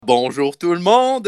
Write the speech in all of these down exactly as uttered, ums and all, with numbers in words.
Bonjour tout le monde!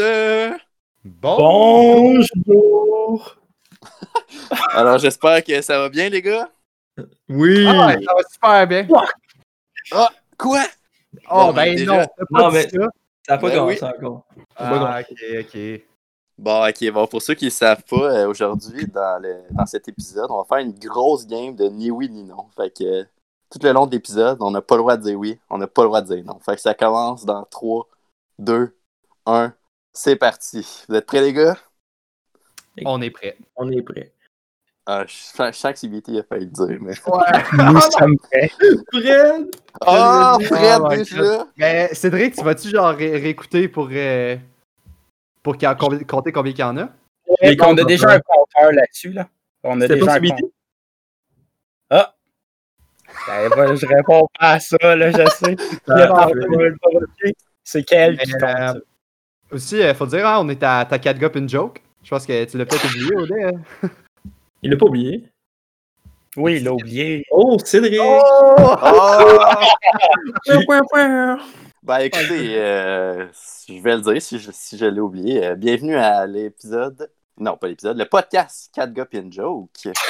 Bonjour! Alors j'espère que ça va bien les gars? Oui! Ah ouais, ça va super bien! Ah! Quoi? Oh Bon, ben déjà... non, t'as pas Non, dit mais- ça! Ça n'a pas Ben commencé oui. encore. Ah, ok, ok. Bon, ok, bon, pour ceux qui ne savent pas, euh, aujourd'hui, dans, le, dans cet épisode, on va faire une grosse game de ni oui ni non. Fait que euh, tout le long de l'épisode, on n'a pas le droit de dire oui, on n'a pas le droit de dire non. Fait que ça commence dans trois, deux, un, c'est parti. Vous êtes prêts les gars? On est prêt. On est prêt. Ah, je je sens que C B T a failli le dire, mais... Ouais! Nous sommes prêts. Fred! Ah, Fred, Oh my déjà! Mais Cédric, tu vas-tu genre ré- réécouter pour, euh, pour qu'il y a- combi- compter combien qu'il y en a? Ouais, on a déjà un compteur là-dessus, là. On a C'était déjà pas un C B T? compteur. Ah! Ben, ben, je réponds pas à ça, là, je sais. Ah, C'est quel Mais, qui compte, ça? euh, Aussi, il faut dire, hein, on est à ta quatre gars une joke. Je pense que tu l'as peut-être oublié, Odé. hein. Il l'a pas oublié. Oui, il l'a oublié. Oh, Cédric! Ah! Point, point, point. Ben écoutez, euh, je vais le dire si je, si je l'ai oublié. Euh, bienvenue à l'épisode. Non, pas l'épisode, le podcast quatre gars pis une joke.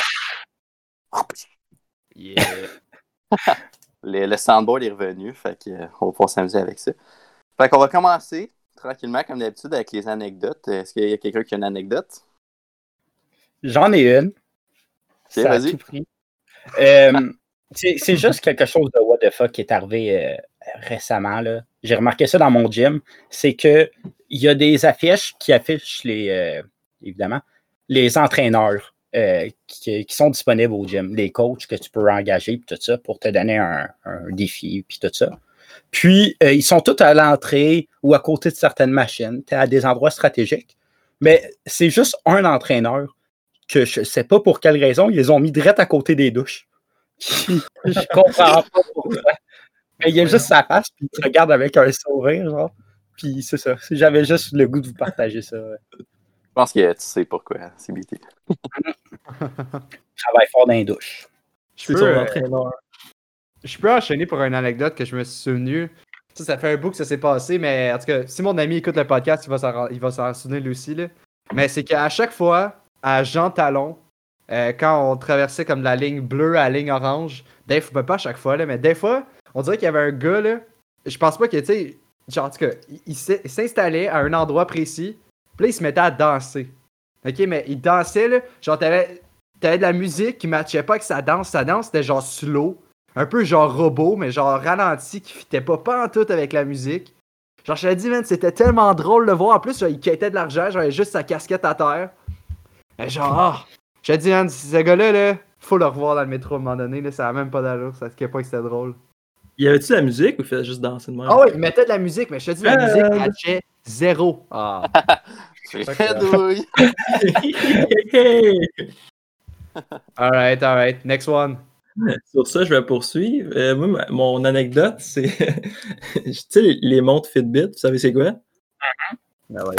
Yeah. Le, le soundboard est revenu, fait que, euh, on va pouvoir s'amuser avec ça. Fait qu'on va commencer tranquillement, comme d'habitude, avec les anecdotes. Est-ce qu'il y a quelqu'un qui a une anecdote? J'en ai une. Ça a vas-y. tout pris. Euh, c'est c'est juste quelque chose de what the fuck qui est arrivé euh, récemment, là. J'ai remarqué ça dans mon gym. C'est que il y a des affiches qui affichent les, euh, évidemment, les entraîneurs euh, qui, qui sont disponibles au gym, les coachs que tu peux engager, puis tout ça, pour te donner un, un défi, puis tout ça. Puis, euh, ils sont tous à l'entrée ou à côté de certaines machines, à des endroits stratégiques. Mais c'est juste un entraîneur que je sais pas pour quelle raison, ils les ont mis direct à côté des douches. Je comprends pas pourquoi. Mais il y a juste sa face, puis il te regarde avec un sourire, genre. Puis c'est ça. J'avais juste le goût de vous partager ça. Je pense que tu sais pourquoi, C B T. Je travaille fort dans les douches. Je C'est peux, son euh, entraîneur. je peux enchaîner pour une anecdote que je me suis souvenu. Ça, ça fait un bout que ça s'est passé, mais en tout cas, si mon ami écoute le podcast, il va s'en, il va s'en souvenir lui aussi. Là. Mais c'est qu'à chaque fois, à Jean Talon, euh, quand on traversait comme la ligne bleue à la ligne orange, des fois, pas à chaque fois, là, mais des fois, on dirait qu'il y avait un gars, là, je pense pas que, tu sais, genre, en tout cas, il, il s'est- il s'installait à un endroit précis, puis là, il se mettait à danser. Ok, mais il dansait, là, genre, t'avais, t'avais de la musique qui matchait pas avec sa danse. Sa danse, c'était genre slow, un peu genre robot, mais genre ralenti, qui fitait pas pas en tout avec la musique. Genre, je te dis, man, c'était tellement drôle de le voir. En plus, genre, il quittait de l'argent, genre, il avait juste sa casquette à terre. Et genre, ah! Je te dis, man, ce gars-là, là, faut le revoir dans le métro à un moment donné, là, ça a même pas d'allure, ça se pas que c'était drôle. Y avait-tu de la musique ou il faisait juste danser de même? Ah ouais, il mettait de la musique, mais je te dis, la Euh. musique matchait zéro. Ah. Fred, oui. Alright, alright, next one. Sur ça, je vais poursuivre. Euh, moi, ma- mon anecdote, c'est. Tu sais, les, les montres Fitbit, vous savez c'est quoi? Ben ouais.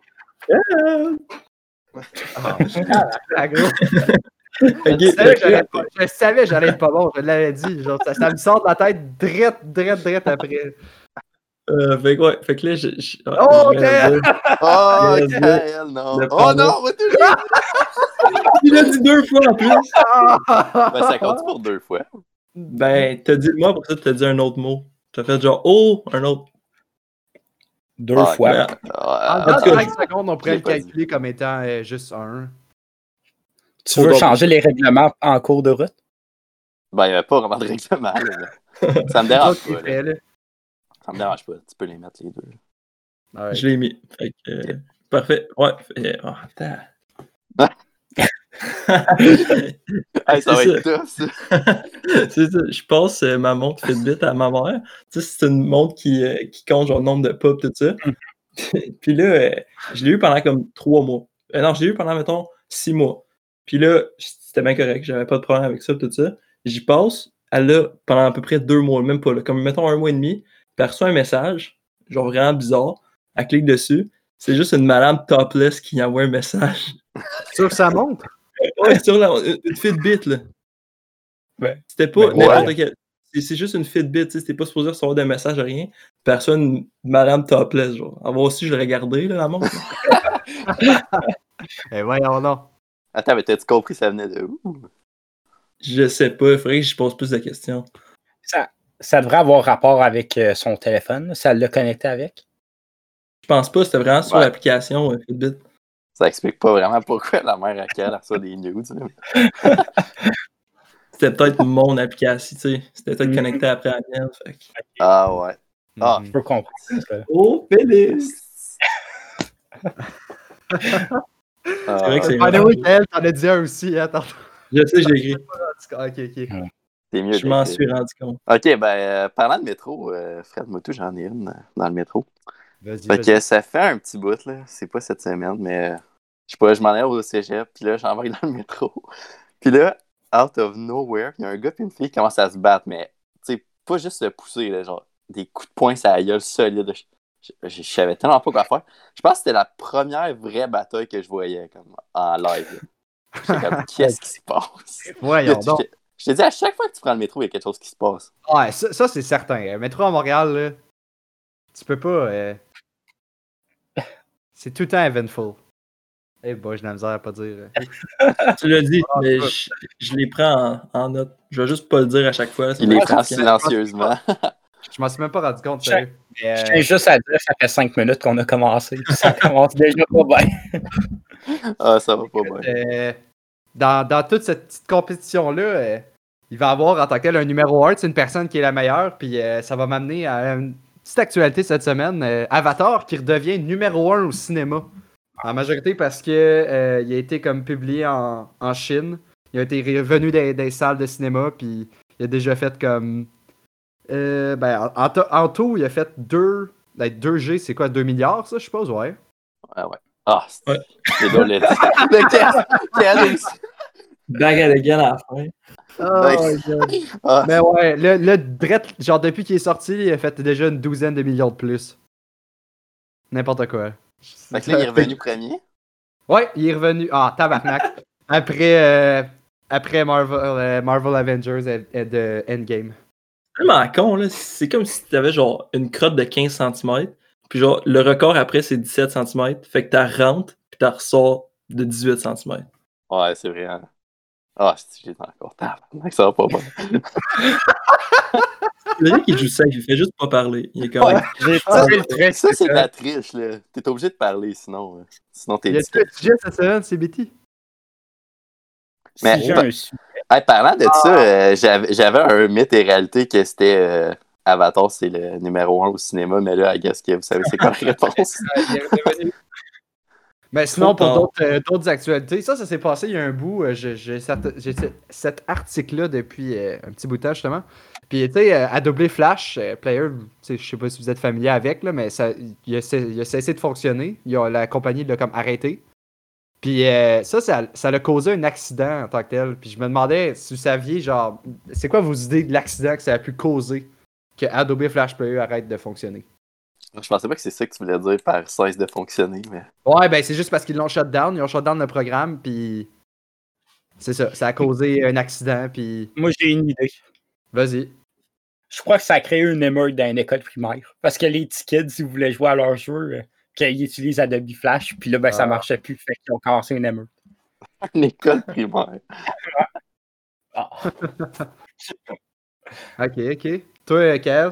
Ah! Ah, la gros. Ok, Je savais que j'allais fait pas- je savais que j'allais être pas bon, je l'avais dit. Genre, ça, ça me sort de la tête drette, drette, drette après. que, euh, fait que, ouais, fait que là, je. je- ah, Oh, je ok! vais le dire. Oh, Le- Kael, non. le Oh panda. non, on va toujours. Il l'a dit deux fois en plus! Ben ça compte pour deux fois. Ben, t'as dit moi, pour ça, t'as dit un autre mot. T'as fait genre, oh, un autre. Deux Ah, fois. Ben, En Ah, En tout cas, cinq secondes, on pourrait j'ai le pas dit. calculer comme étant euh, juste un. Tu veux Faut changer les règlements en cours de route? ben, il n'y avait pas vraiment de règlement. Là. Ça me dérange L'autre qui pas. fait, Là. là. Ça me dérange pas. Tu peux les mettre les deux. Alright. je l'ai mis. Fait que, euh, parfait. Ouais. fait- oh, attends. Hey, ça va C'est être tough, ça. C'est ça. Je passe euh, ma montre Fitbit à ma mère. Tu sais, c'est une montre qui, euh, qui compte genre le nombre de pas tout ça. Puis là, euh, je l'ai eu pendant comme trois mois. Euh, non, je l'ai eu pendant, mettons, six mois. Puis là, c'était bien correct. J'avais pas de problème avec ça, tout ça. J'y passe. Elle l'a pendant à peu près deux mois, même pas là. Comme, mettons, un mois et demi. Puis elle reçoit un message, genre vraiment bizarre. Elle clique dessus. C'est juste une madame topless qui envoie un message. Sur sa montre? Ouais, sur la, une une Fitbit, là. Ouais. C'était pas Ben, n'importe ouais. quel. C'est c'est juste une Fitbit, tu sais, c'était pas supposé recevoir de message, rien. personne, madame topless, genre. Ah, moi aussi, je l'aurais gardé, là, la montre. Eh voyons non. Attends, mais t'as-tu compris ça venait de où? Je sais pas, il faudrait que je pose plus de questions. Ça, ça devrait avoir rapport avec euh, son téléphone, là. Ça l'a connecté avec. Je pense pas, c'était vraiment sur Ouais. l'application euh, Fitbit. Ça explique pas vraiment pourquoi la mère à Cal reçoit des nudes. Là. C'était peut-être mon application, tu sais. C'était peut-être Mm. connecté après à la mienne. Fait que... Ah ouais. Ah. Je peux comprendre ça. Oh, Félix! Ah, C'est vrai que c'est By the vrai. way, Kael, t'en as dit un aussi, hein, tantôt. Je sais, je l'ai écrit. Ok, ok. c'est mieux. Je m'en d'être- suis rendu compte. Ok, ben, euh, parlant de métro, euh, Fred Moto, j'en ai une euh, dans le métro. Vas-y, Fait vas-y. que ça fait un petit bout, là. C'est pas cette semaine, mais euh, je sais pas, je m'en allais au cégep, puis là, j'en vais dans le métro. Puis là, out of nowhere, il y a un gars et une fille qui commencent à se battre, mais, tu sais, pas juste se pousser, là, genre, des coups de poing sur la gueule solide. Je, je, je savais tellement pas quoi faire. Je pense que c'était la première vraie bataille que je voyais, comme, en live, là. J'étais comme, qu'est-ce qui se passe? Voyons Je- donc. je- Je te dis, à chaque fois que tu prends le métro, il y a quelque chose qui se passe. Ouais, ça, ça, c'est certain. Euh, Métro à Montréal, là, tu peux pas. euh, C'est tout le temps eventful. Eh hey boy, j'ai de la misère à pas dire. euh. Tu l'as dit, mais je, je les prends en, en note. Je vais juste pas le dire à chaque fois. là, ça Il va les être prend fatigant. silencieusement. Je m'en suis même pas rendu compte, Je- sérieux. Mais, euh, Je tiens juste à dire, ça fait cinq minutes qu'on a commencé. Puis ça commence déjà pas bien. Ah, ça va pas bien. euh, dans, dans toute cette petite compétition-là, euh, il va y avoir en tant que tel un numéro un, c'est une personne qui est la meilleure, puis euh, ça va m'amener à une petite actualité cette semaine. euh, Avatar qui redevient numéro un au cinéma. En majorité parce que euh, il a été comme publié en, en Chine. Il a été revenu des, des salles de cinéma, puis il a déjà fait comme. Euh, ben, en, en to- en tout, il a fait deux. Ben, deux G, c'est quoi, deux milliards, ça, je suppose, ouais. Ah ouais. Ah, c'est Ouais. c'est drôle. Le le Cal- Cal aussi. Bague à la gueule à la fin. Ben, ah, Mais ouais, le, le Drette, genre depuis qu'il est sorti, il a fait déjà une douzaine de millions de plus. N'importe quoi. Fait que là, il est revenu premier. Ouais, il est revenu. Ah, tabarnak. après, euh, après Marvel, euh, Marvel Avengers et, et de Endgame. C'est tellement con, là. C'est comme si t'avais genre une crotte de quinze centimètres. Puis genre, le record après, c'est dix-sept centimètres. Fait que t'as rentres, puis t'as ressort de dix-huit centimètres. Ouais, c'est vrai. hein. Ah, j'ai encore. Tabarnak, ça va pas bien. Le mec, il joue safe, il fait juste pas parler. Il est comme. Ouais. J'ai Ah, trouvé le truc. Ça, c'est de la triche, là. T'es obligé de parler, sinon, euh, sinon t'es Il y a disqualifié. un sujet cette semaine, c'est B T. Mais- Si j'ai un su- Hey, parlant de ça, euh, j'avais j'avais un mythe et réalité que c'était euh, Avatar, c'est le numéro un au cinéma, mais là, I guess que vous savez c'est quoi la réponse. Il est revenu. Mais sinon, pour Trop d'autres euh, d'autres actualités, ça, ça s'est passé il y a un bout. euh, J'ai j'ai cette- j'ai ce- cet article-là depuis euh, un petit bout de temps, justement. Puis, tu sais, euh, Adobe Flash euh, Player, tu sais, je sais pas si vous êtes familier avec, là, mais ça, il, a, cess- il a cessé de fonctionner. Il a, la compagnie l'a comme arrêté. Puis, euh, ça, ça, ça a causé un accident en tant que tel. Puis, je me demandais si vous saviez, genre, c'est quoi vos idées de l'accident que ça a pu causer que Adobe Flash Player arrête de fonctionner? Je pensais pas que c'est ça que tu voulais dire par cesse de fonctionner, mais. Ouais, ben c'est juste parce qu'ils l'ont shut down. Ils ont shut down le programme, puis c'est ça. Ça a causé un accident, puis Moi, j'ai une idée. vas-y. Je crois que ça a créé une émeute dans une école primaire. Parce que les petits kids, s'ils voulaient jouer à leur jeu, euh, qu'ils utilisent Adobe Flash, puis là, ben, ça Ah. marchait plus. Fait qu'ils ont commencé une émeute. Une école primaire. Ah. Ok, ok. Toi, euh, Kev?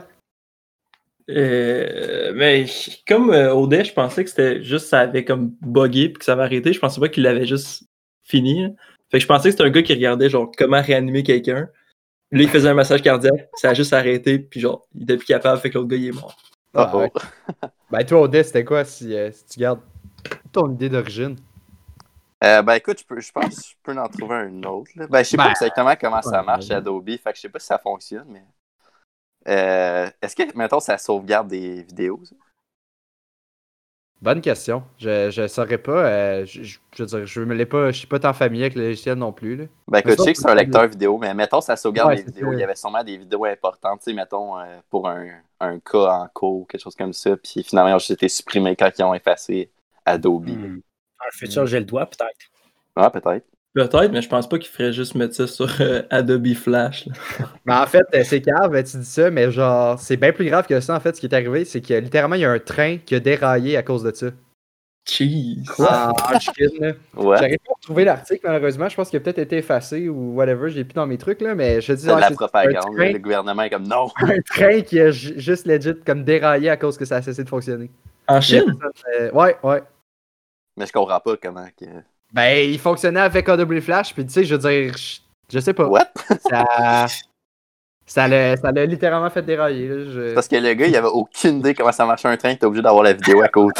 Euh, mais comme euh, au dé, je pensais que c'était juste ça avait comme buggé puis que ça avait arrêté. Je pensais pas qu'il l'avait juste fini. Là. Fait que je pensais que c'était un gars qui regardait genre comment réanimer quelqu'un. Là, il faisait un massage cardiaque, ça a juste arrêté, puis genre, il était plus capable, fait que l'autre gars, il est mort. Ah, Oh, oh. ouais. Ben toi, Odette, c'était quoi si, euh, si tu gardes ton idée d'origine? Euh, ben écoute, je, peux, je pense que je peux en trouver un autre. Là. Ben, je sais Ben, pas exactement comment ça ouais, marche ouais. Adobe, fait que je sais pas si ça fonctionne, mais. Euh, Est-ce que, mettons, ça sauvegarde des vidéos? Ça? Bonne question. Je, je saurais pas. euh, je, je, je veux dire, je me l'ai pas. Je suis pas tant familier avec le logiciel non plus. Là. Ben écoute, Mais je sais que c'est un lecteur vidéo, mais mettons, ça sauvegarde Ouais, des c'est vidéos. ça. Il y avait sûrement des vidéos importantes, tu sais, mettons, euh, pour un, un cas en cours, quelque chose comme ça, puis finalement, ils ont juste été supprimés quand ils ont effacé Adobe. Hmm. Un futur, j'ai le doigt, peut-être. Ah, peut-être. Peut-être, mais je pense pas qu'il ferait juste mettre ça sur euh, Adobe Flash. Là. Mais en fait, euh, c'est grave, tu dis ça, mais genre, c'est bien plus grave que ça, en fait, ce qui est arrivé, c'est que littéralement, il y a un train qui a déraillé à cause de ça. Jeez. Ah, je kid, là. Ouais. J'arrive pas à retrouver l'article, malheureusement. Je pense qu'il a peut-être été effacé ou whatever. J'ai plus dans mes trucs, là, mais je dis. C'est de ouais, la c'est propagande. un train, Le gouvernement est comme non. un train qui a ju- juste legit comme déraillé à cause que ça a cessé de fonctionner. En Il y a Chine? personne, euh, ouais, ouais. Mais je comprends pas comment. Que... Ben, il fonctionnait avec A W Flash, puis tu sais, je veux dire, je, je sais pas. What? Ça. Ça l'a, ça l'a littéralement fait dérailler. Là. Je... Parce que le gars, il avait aucune idée comment ça marchait un train, t'es obligé d'avoir la vidéo à côté.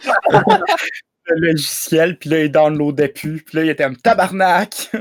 Le logiciel, puis là, il downloadait plus, puis là, il était un tabarnak.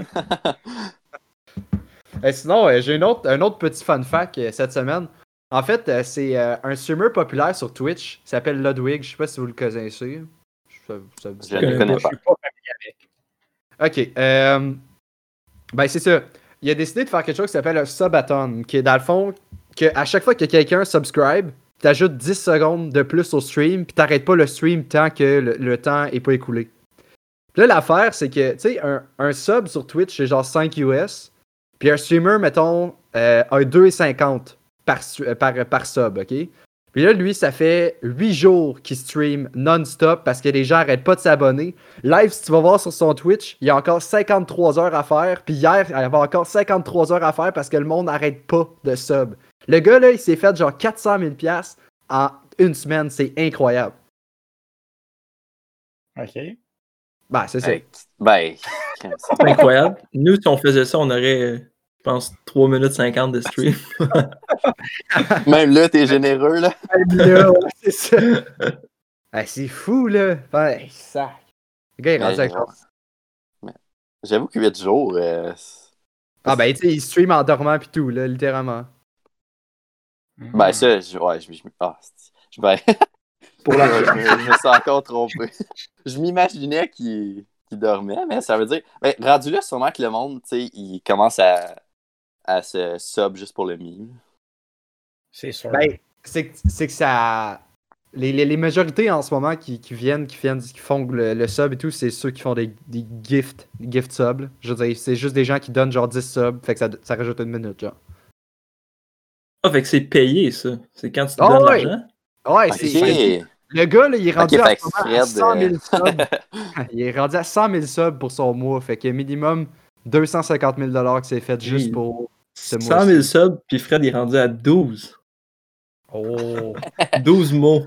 Et sinon, euh, j'ai une autre, un autre petit fun fact euh, cette semaine. En fait, euh, c'est euh, un streamer populaire sur Twitch, il s'appelle Ludwig, je sais pas si vous le connaissez. Ça, ça vous dit Je ne le connais Je pas. suis pas familier avec. Ok. Euh, ben, c'est ça. Il a décidé de faire quelque chose qui s'appelle un subathon, qui est dans le fond que à chaque fois que quelqu'un subscribe, t'ajoutes dix secondes de plus au stream, puis t'arrêtes pas le stream tant que le, le temps est pas écoulé. Puis là, l'affaire, c'est que, tu sais, un, un sub sur Twitch, c'est genre cinq U S, puis un streamer, mettons, euh, a deux virgule cinquante par, par, par sub, ok? Puis là, lui, ça fait huit jours qu'il stream non-stop parce que les gens arrêtent pas de s'abonner. Live, si tu vas voir sur son Twitch, il y a encore cinquante-trois heures à faire. Puis hier, il y avait encore cinquante-trois heures à faire parce que le monde n'arrête pas de sub. Le gars, là, il s'est fait genre quatre cent mille dollars en une semaine. C'est incroyable. OK. Ben, c'est ça. Hey, ben, C'est incroyable. Nous, si on faisait ça, on aurait, euh, je pense, trois minutes cinquante de stream. même là, t'es généreux, là. Là, ouais, c'est ça. Ah, c'est fou, là. Ben, ça. Le gars, il est rendu Mais, avec genre, mais j'avoue que huit jours. euh, c'est- Ah, ben, tu sais, il stream en dormant pis tout, là, littéralement. Ben, ça, je, ouais, je, je, ah, c'est- je, ben, Pour je, la je, je me suis encore trompé. Je m'imaginais qu'il qu'il dormait, mais ça veut dire. Ben, rendu là, sûrement que le monde, tu sais, il commence à, à se sub juste pour le meme. C'est sûr. Ben, c'est que, c'est que ça. Les, les, les majorités en ce moment qui, qui viennent, qui viennent, qui font le, le sub et tout, c'est ceux qui font des, des gifts, des gift subs. Je veux dire, c'est juste des gens qui donnent genre dix subs, fait que ça, ça rajoute une minute, genre. Ah, fait que c'est payé, ça. C'est quand tu te Ah donnes ouais. l'argent. Ouais, Ok. c'est. Le gars, là, il est rendu Ok, à, fait que ce moment à Fred, cent mille euh, subs. Il est rendu à cent mille subs pour son mois, fait que minimum deux cent cinquante mille dollars qui s'est fait juste Oui. pour ce cent mille mois-ci. subs, puis Fred est rendu à douze. Oh. douze mots.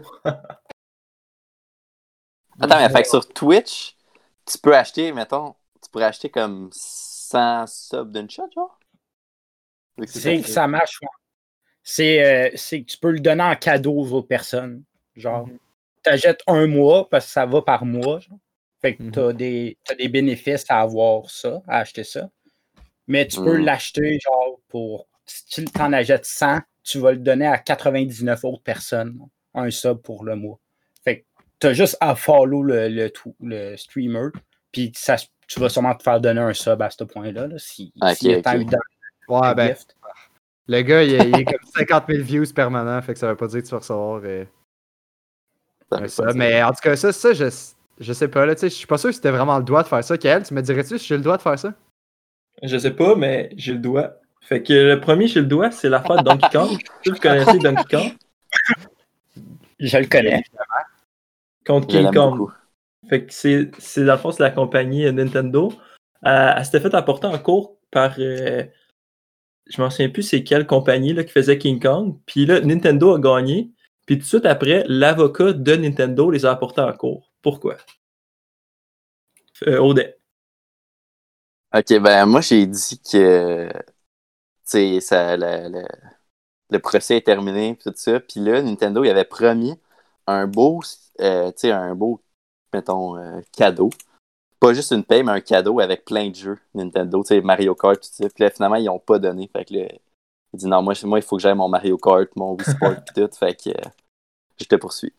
Attends, mais fait que sur Twitch, tu peux acheter, mettons, tu pourrais acheter comme cent subs d'une shot, genre? Vu que C'est que ça marche. ouais. C'est euh, c'est que tu peux le donner en cadeau aux autres personnes. Genre, Mhm. t'achètes un mois parce que ça va par mois. Genre. Fait que Mhm. t'as des, t'as des bénéfices à avoir ça, à acheter ça. Mais tu peux Mhm. l'acheter, genre, pour. Si tu t'en achètes cent, tu vas le donner à quatre-vingt-dix-neuf autres personnes. Un sub pour le mois. Fait que t'as juste à follow le, le, tw- le streamer. Puis ça, tu vas sûrement te faire donner un sub à ce point-là. Là, si, Ok, s'il y a tant ok. eu dans Ouais, le ben, gift. le gars, il est, il est comme cinquante mille views permanents, fait que ça veut pas dire que tu vas recevoir euh, Ça un veut sub. pas dire. Mais en tout cas, ça, ça je, je sais pas, là, tu sais, je suis pas sûr que c'était vraiment le droit de faire ça. Kael, tu me dirais-tu si j'ai le droit de faire ça? Je sais pas, mais j'ai le doigt. Fait que le premier, j'ai le doigt, c'est l'affaire de Donkey Kong. Vous connaissez Donkey Kong? Je le connais. Contre Je King l'aime Kong. beaucoup. Fait que c'est, c'est dans le fond, c'est la compagnie euh, Nintendo. Euh, elle s'était fait apporter en cours par. Euh, je m'en souviens plus c'est quelle compagnie là, qui faisait King Kong. Puis là, Nintendo a gagné. Puis tout de suite après, l'avocat de Nintendo les a apportés en cours. Pourquoi? Euh, Audet. Ok, ben moi j'ai dit que tu sais, ça, le, le, le procès est terminé pis tout ça. Puis là, Nintendo il avait promis un beau, euh, tu sais, un beau, mettons, euh, cadeau. Pas juste une paye, mais un cadeau avec plein de jeux Nintendo, tu sais, Mario Kart, tout ça. Puis là, finalement, ils ont pas donné. Fait que là, il dit non, moi, moi il faut que j'aille mon Mario Kart, mon Wii Sport pis tout. Fait que euh, je te poursuis.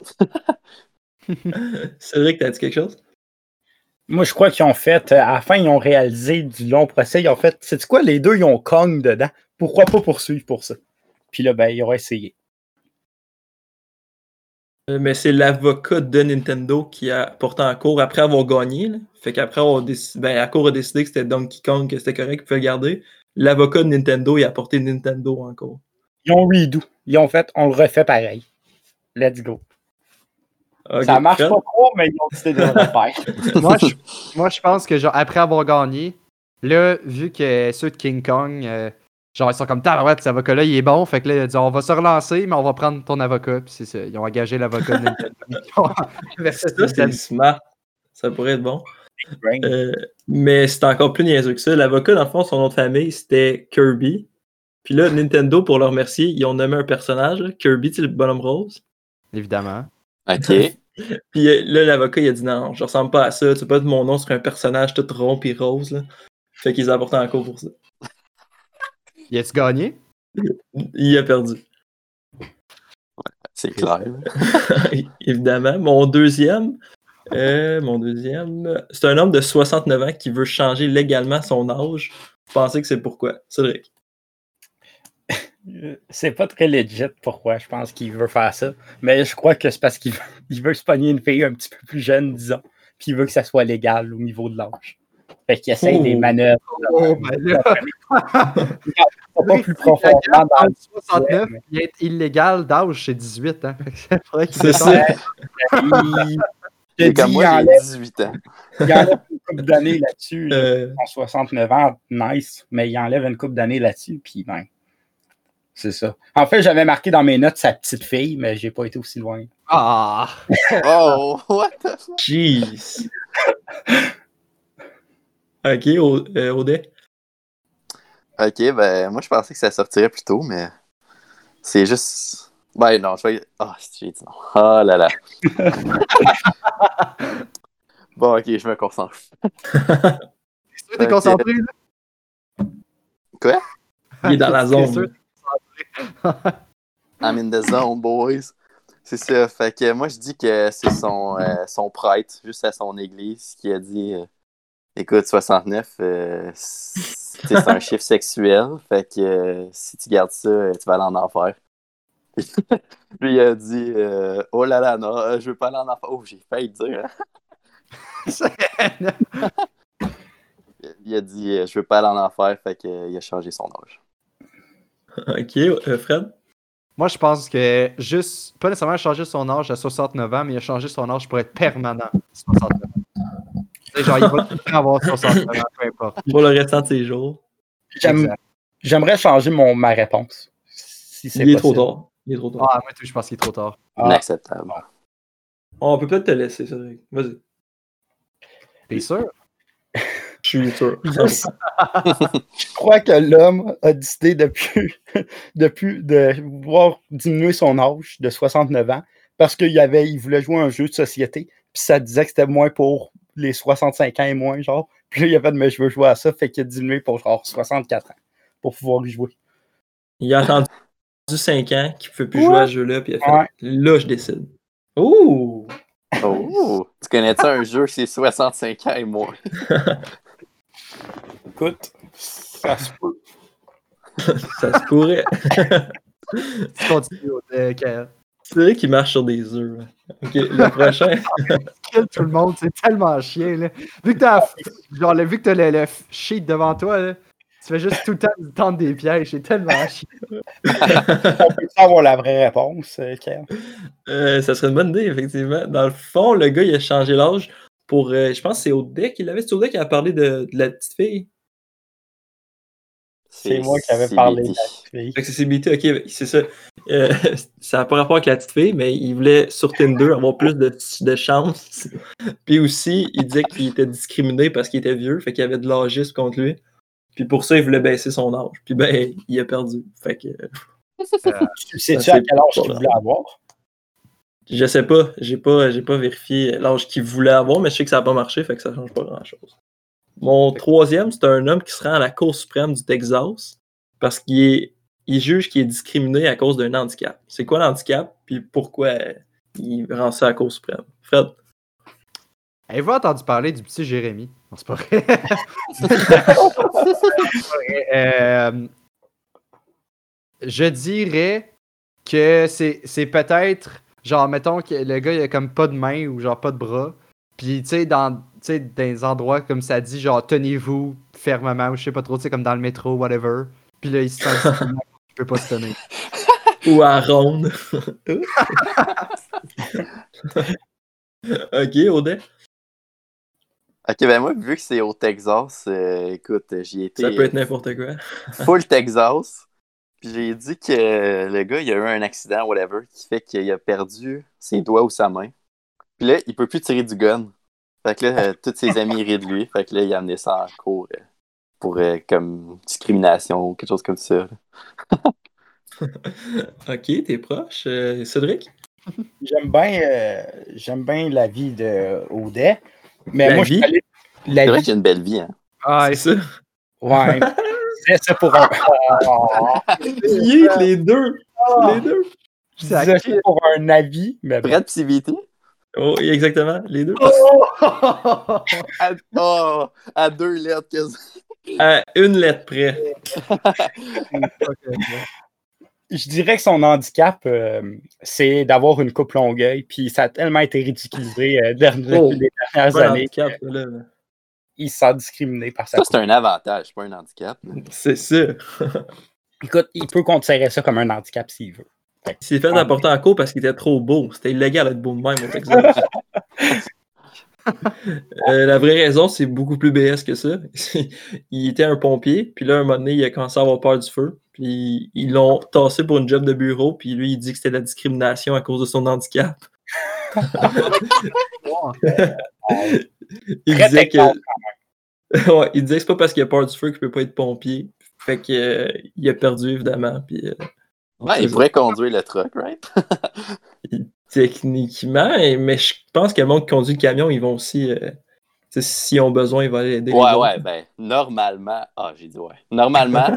Cédric, t'as dit quelque chose? Moi, je crois qu'ils ont fait, à la fin, ils ont réalisé du long procès, ils ont fait, c'est quoi, les deux, ils ont Kong dedans. Pourquoi pas poursuivre pour ça? Puis là, ben, ils ont essayé. Euh, mais c'est l'avocat de Nintendo qui a porté en cours après avoir gagné. Là. Fait qu'après avoir décidé, ben, la cour a décidé que c'était Donkey Kong, que c'était correct, qu'il pouvait le garder. L'avocat de Nintendo, il a porté Nintendo en cours. Ils ont redo. Ils ont fait, on le refait pareil. Let's go. Okay, ça marche Fred? pas trop, mais ils ont décidé de le refaire. moi, je, moi, je pense que, genre, après avoir gagné, là, vu que ceux de King Kong, euh, genre, ils sont comme, t'as, ouais, cet avocat-là, il est bon. Fait que là, ils disent, on va se relancer, mais on va prendre ton avocat. Puis c'est ça. Ils ont engagé l'avocat de Nintendo. Ça, c'est smart. Ça pourrait être bon. Euh, mais c'est encore plus niaiseux que ça. L'avocat, dans le fond, son nom de famille, c'était Kirby. Puis là, Nintendo, pour le remercier, ils ont nommé un personnage, là, Kirby, c'est le bonhomme rose. Évidemment. OK. Puis là, l'avocat, il a dit non, je ressemble pas à ça. Tu peux pas mettre mon nom sur un personnage tout rond et rose. Là. Fait qu'ils ont apporté en cours pour ça. Y a-tu gagné? Il a perdu. Ouais, c'est clair. Évidemment. Mon deuxième, euh, mon deuxième, c'est un homme de soixante-neuf ans qui veut changer légalement son âge. Vous pensez que c'est pourquoi? Cédric? C'est pas très legit pourquoi je pense qu'il veut faire ça. Mais je crois que c'est parce qu'il veut, il veut se pogner une fille un petit peu plus jeune, disons. Puis il veut que ça soit légal au niveau de l'âge. Fait qu'il essaye Oh. des manœuvres. Oh, ben là. Pas plus profondément dans le soixante-neuf, mais... il est illégal d'âge, c'est dix-huit. Hein. C'est ça. Il, Et comme moi, j'ai dix-huit ans. Il enlève une couple d'années là-dessus. Là. Euh... En soixante-neuf ans, nice. Mais il enlève une couple d'années là-dessus. Puis ben. C'est ça. En fait, j'avais marqué dans mes notes sa petite fille, mais j'ai pas été aussi loin. Ah! Oh, what the fuck? Jeez! Ok, euh, Audet? Ok, ben, moi, je pensais que ça sortirait plus tôt, mais c'est juste... Ben, non, je vais... Ah, oh, j'ai dit non. Oh là là. Bon, ok, je me concentre. Tu t'es concentré, là? Quoi? Il est dans la zone. I'm in the zone, boys. C'est ça. Fait que moi, je dis que c'est son, euh, son prêtre, juste à son église, qui a dit euh, écoute, soixante-neuf, euh, c'est un chiffre sexuel. Fait que euh, si tu gardes ça, tu vas aller en enfer. Puis il a dit euh, oh là là, non, je veux pas aller en enfer. Oh, j'ai failli le dire. Hein? Il a dit je veux pas aller en enfer. Fait qu'il a changé son âge. Ok, euh, Fred? Moi, je pense que juste, pas nécessairement changer son âge à soixante-neuf ans, mais il a changé son âge pour être permanent à soixante-neuf ans. C'est genre, il va tout le temps avoir soixante-neuf ans, peu importe. Pour le restant de ses jours. J'aime, j'aimerais changer mon, ma réponse. Si c'est il est possible. trop tard. Il est trop tard. Ah, moi, je pense qu'il est trop tard. Ah. Inacceptable. On peut peut-être te laisser, Cédric. Vas-y. T'es sûr? Je suis sûr. Je crois que l'homme a décidé depuis, depuis de vouloir diminuer son âge de soixante-neuf ans parce qu'il avait, il voulait jouer à un jeu de société, puis ça disait que c'était moins pour les soixante-cinq ans et moins, genre. Puis là, il a fait, mais je veux jouer à ça, fait qu'il a diminué pour genre soixante-quatre ans pour pouvoir y jouer. Il a attendu cinq ans qu'il ne peut plus Ouais. jouer à ce jeu-là, puis il a fait Ouais. là, je décide. Ouh! Oh! Tu connais-tu un jeu c'est soixante-cinq ans et moins? Écoute, ça se peut. Ça se pourrait. Tu continues, euh, Kael. C'est vrai qu'il marche sur des œufs. Là. Ok, le prochain. Kill tout le monde, c'est tellement chien, là. Vu que t'as, genre, vu que t'as le, le sheet devant toi, là, tu fais juste tout le temps tendre des pièges, c'est tellement chien. On peut avoir la vraie réponse, Kael? Euh, ça serait une bonne idée, effectivement. Dans le fond, le gars, il a changé l'âge pour. Euh, je pense que c'est Audet qui l'avait. C'est Audet qui a parlé de, de la petite fille. C'est moi qui avais parlé de la petite fille. Accessibilité, ok, c'est ça. Euh, ça n'a pas rapport avec la petite fille, mais il voulait sur Tinder avoir plus de, de chance. Puis aussi, il disait qu'il était discriminé parce qu'il était vieux, fait qu'il y avait de l'âgisme contre lui. Puis pour ça, il voulait baisser son âge. Puis ben, il a perdu. Fait que. Euh, Sais-tu à quel âge tu voulais avoir? Je sais pas. J'ai pas, j'ai pas vérifié l'âge qu'il voulait avoir, mais je sais que ça n'a pas marché, fait que ça change pas grand-chose. Mon troisième, c'est un homme qui se rend à la Cour suprême du Texas parce qu'il est, il juge qu'il est discriminé à cause d'un handicap. C'est quoi l'handicap? Puis pourquoi il rend ça à la Cour suprême? Fred? Avez-vous entendu parler du petit Jérémy? Non, c'est pas vrai. C'est pas vrai. Euh, je dirais que c'est, c'est peut-être genre, mettons que le gars, il a comme pas de main ou genre pas de bras. Puis, tu sais, dans, tu sais, dans des endroits comme ça dit, genre, tenez-vous fermement ou je sais pas trop, tu sais, comme dans le métro, whatever. Puis là, il se sent discriminé, il peut pas se tenir. Ou à ronde. Ok, Audet. Ok, ben moi, vu que c'est au Texas, euh, écoute, j'y étais. Ça peut être n'importe quoi. Full Texas. Puis j'ai dit que le gars, il a eu un accident, whatever, qui fait qu'il a perdu ses doigts ou sa main. Puis là, il peut plus tirer du gun. Fait que là, euh, tous ses amis rient de lui. Fait que là, il a amené ça en cours euh, pour euh, comme discrimination ou quelque chose comme ça. Ok, t'es proche. Euh, Cédric? J'aime bien euh, j'aime bien la vie de Audet. Mais La moi, vie? je suis allé. La C'est vrai vie. que j'ai une belle vie, hein. Ah, C'est ça. Ouais. C'est ça pour un. Yeet, les deux. Les deux. Je disais ça pour un avis, mais bon. Fred pis V T? Oh, exactement, les deux. À, oh, à deux lettres quasiment. À une lettre près. Je dirais que son handicap, euh, c'est d'avoir une coupe longueuil, puis ça a tellement été ridiculisé euh, depuis Oh, les dernières Pas un années. handicap, là. Il se sent discriminé par sa Ça, coupe. c'est un avantage, pas un handicap. C'est ça. Écoute, il peut considérer ça comme un handicap s'il veut. Fait que- Il s'est fait apporter en cours parce qu'il était trop beau. C'était illégal d'être beau de même au Texas. Euh, la vraie raison, c'est beaucoup plus B S que ça. Il était un pompier, puis là, un moment donné, il a commencé à avoir peur du feu. Puis ils l'ont tassé pour une job de bureau, puis lui, il dit que c'était de la discrimination à cause de son handicap. il Très disait que. technique, Ouais, il disait que c'est pas parce qu'il a peur du feu qu'il peut pas être pompier. Fait que euh, il a perdu, évidemment. Puis, euh, Ouais, c'est il ça. pourrait conduire le truck, right? Techniquement, mais je pense que le monde qui conduit le camion, ils vont aussi. Euh, tu sais, s'ils ont besoin, ils vont aller aider les Ouais, autres. ouais, ben, normalement. Ah, j'ai dit ouais. Normalement.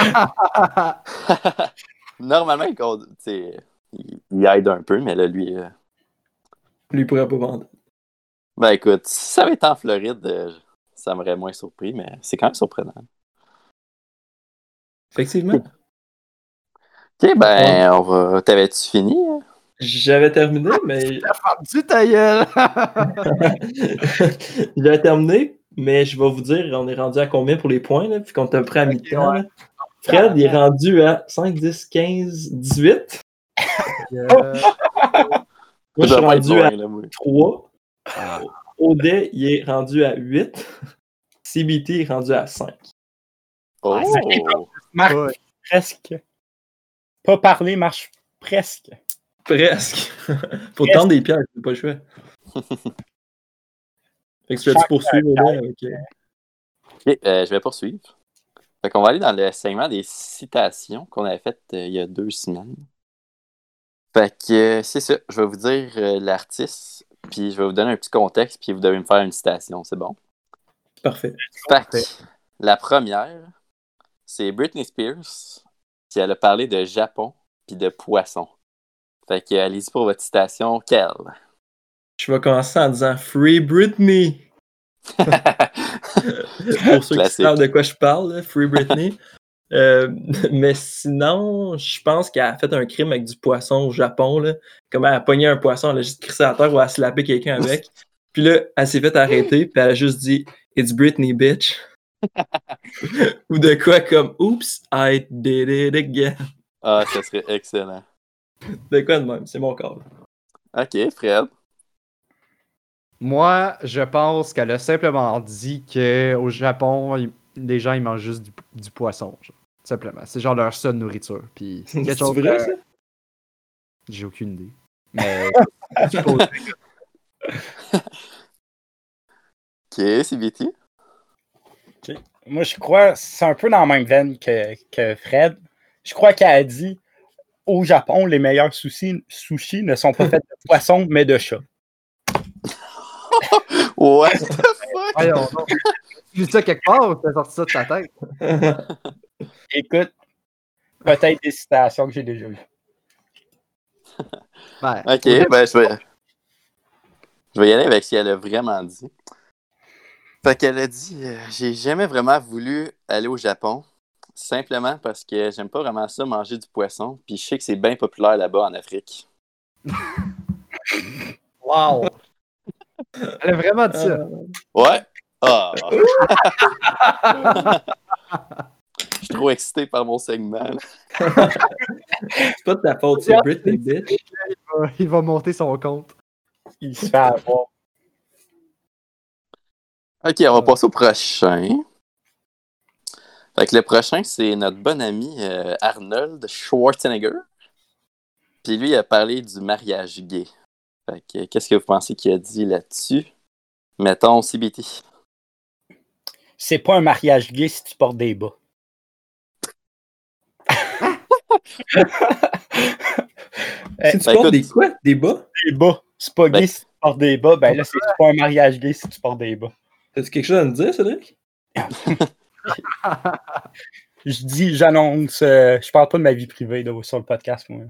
Normalement, il, conduit, tu sais, il, il aide un peu, mais là, lui. euh, Lui, il pourrait pas vendre. Ben, écoute, si ça avait été en Floride, euh, ça m'aurait moins surpris, mais c'est quand même surprenant. Effectivement. Ok, ben, on va. T'avais-tu fini? hein? J'avais terminé, mais. Du ta gueule! J'avais terminé, mais je vais vous dire, on est rendu à combien pour les points, là, puis qu'on est à peu près à mi-temps. ouais. là. Fred, il est rendu à cinq, dix, quinze, dix-huit. Euh, Moi, je Ça suis doit pas être rendu loin, à là, moi. trois. Audet, il est rendu à huit. C B T est rendu à cinq. Oh! Marche Ouais. presque. Pas parler marche presque. Presque. Faut tendre des pierres, c'est pas le choix. Fait que tu vas-tu poursuivre, Audet, avec... euh, Ok, euh, je vais poursuivre. Fait qu'on va aller dans le segment des citations qu'on avait fait euh, il y a deux semaines. Fait que euh, c'est ça. Je vais vous dire euh, l'artiste, puis je vais vous donner un petit contexte, puis vous devez me faire une citation. C'est bon? Parfait. Fait que la première, c'est Britney Spears, qui elle a parlé de Japon puis de poisson. Fait que allez-y pour votre citation. Quelle? Je vais commencer en disant Free Britney. Pour ceux qui Classique. savent de quoi je parle, là, Free Britney. Euh, mais sinon, je pense qu'elle a fait un crime avec du poisson au Japon. Là. Comme elle a pogné un poisson, elle a juste crissé à terre ou elle a slappé quelqu'un avec. Puis là, elle s'est fait arrêter, puis elle a juste dit It's Britney, bitch. Ou de quoi comme Oops, I did it again. Ah, ça serait excellent. De quoi de même, c'est mon corps. Ok, Fred. Moi, je pense qu'elle a simplement dit qu'au Japon, il- les gens ils mangent juste du, du poisson. Genre. Simplement. C'est genre leur seule nourriture. Puis C'est quelque chose. vrai, euh, ça? J'ai aucune idée. Mais je suppose. Ok, C B T. Moi, je crois, c'est un peu dans la même veine que, que Fred. Je crois qu'elle a dit au Japon, les meilleurs sushis, sushis ne sont pas faits de poisson, mais de chat. What the fuck? Voyons donc. Tu dis ça quelque part ou t'as sorti ça de ta tête? Écoute, peut-être des citations que j'ai déjà vues. Ben, Ok, ben je vais. Je vais y aller avec ce qu'elle a vraiment dit. Fait qu'elle a dit euh, j'ai jamais vraiment voulu aller au Japon. Simplement parce que j'aime pas vraiment ça manger du poisson. Puis je sais que c'est bien populaire là-bas en Afrique. Wow! Elle a vraiment dit ça. Ouais. Ah. Je suis trop excité par mon segment. là. C'est pas de ta faute, c'est Britney, bitch. Il va, il va monter son compte. Il se fait avoir. Ok, on va passer au prochain. Fait que le prochain, c'est notre bon ami euh, Arnold Schwarzenegger. Puis lui, il a parlé du mariage gay. Fait que qu'est-ce que vous pensez qu'il a dit là-dessus? Mettons C B T. C'est pas un mariage gay si tu portes des bas. Si tu ben, portes écoute- des quoi? Des bas? Des bas. C'est pas gay Ben- si tu portes des bas. Ben là, c'est pas un mariage gay si tu portes des bas. T'as-tu quelque chose à me dire, Cédric? Je dis, j'annonce, euh, je parle pas de ma vie privée là, sur le podcast, moi.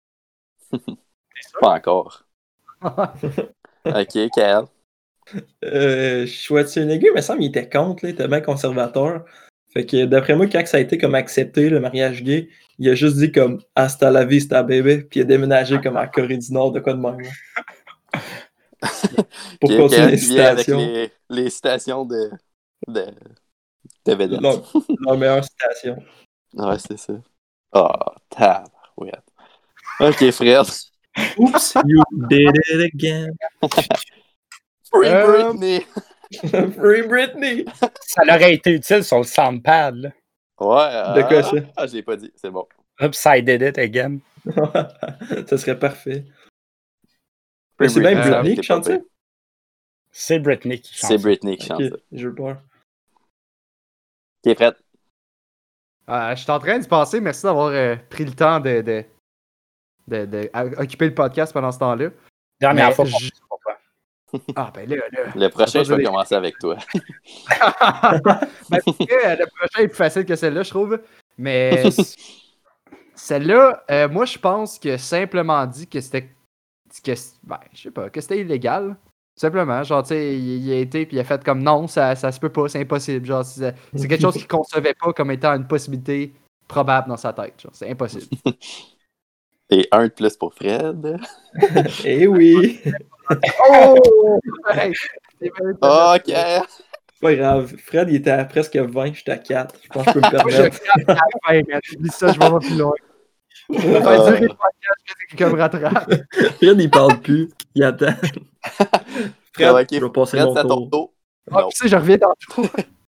Pas encore. Ok, Kael. Euh, Schwarzenegger, il me semble qu'il était contre, là, il était bien conservateur. Fait que d'après moi, quand ça a été comme accepté, le mariage gay, il a juste dit comme hasta la vista, bébé, puis il a déménagé comme en Corée du Nord, de quoi de même. là. Pour Ok, continuer Kael les qui vient avec citations. les, les citations de, de, de vedettes. Leur, leur meilleure citation. Ouais, c'est ça. Oh, tabarouette. Ok, Fred. Oops, you did it again. Free Euh, Britney. Free Britney! Ça aurait été utile sur le soundpad, là. Ouais. De quoi ah, ça? Ah, je l'ai pas dit. C'est bon. Oops, I did it again. Ça serait parfait. Free Mais c'est bien Britney, Britney c'est qui chante pas ça? pire. C'est Britney qui chante. C'est ça. Britney qui chante Ok, ça. j'ai eu peur. Ok, Fred. Euh, je suis en train de penser, merci d'avoir euh, pris le temps de, de, de, de à- occuper le podcast pendant ce temps-là. Dernière Mais fois. je- Ah, ben là, là. Le prochain, pas je vais dire- commencer avec toi. ben, parce que, euh, le prochain est plus facile que celle-là, je trouve. Mais c- celle-là, euh, moi, je pense que simplement dit que c'était. Que, ben, je sais pas, que c'était illégal. Simplement, genre, tu sais, il, il a été puis il a fait comme non, ça, ça se peut pas, c'est impossible. Genre, c'est c'est quelque chose qu'il concevait pas comme étant une possibilité probable dans sa tête. Genre, c'est impossible. Et un de plus pour Fred. Eh oui! Oh! Hey, c'est bien- Ok. C'est pas grave. Fred, il était à presque vingt, j'étais à quatre. Je pense que je peux me Moi, je permettre. craque à la fin, man. Oublie ça, je vais pas plus loin. Je vais faire durer le podcast, je vais que quelqu'un me rattrape. Fred, il parle plus. Il attend. Fred, Ok, je vais passer Fred, mon c'est à ton tour. tour. Ah, Non. tu sais, je reviens tantôt.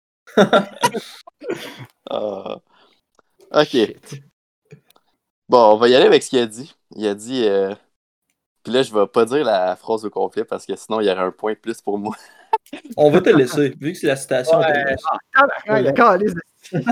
Ah. Ok. Bon, on va y aller avec ce qu'il a dit. Il a dit. Euh... Puis là, je vais pas dire la phrase au complet parce que sinon, il y aurait un point de plus pour moi. On va te laisser, vu que c'est la citation. Ouais. on te laisse. Ah, il y a calice de-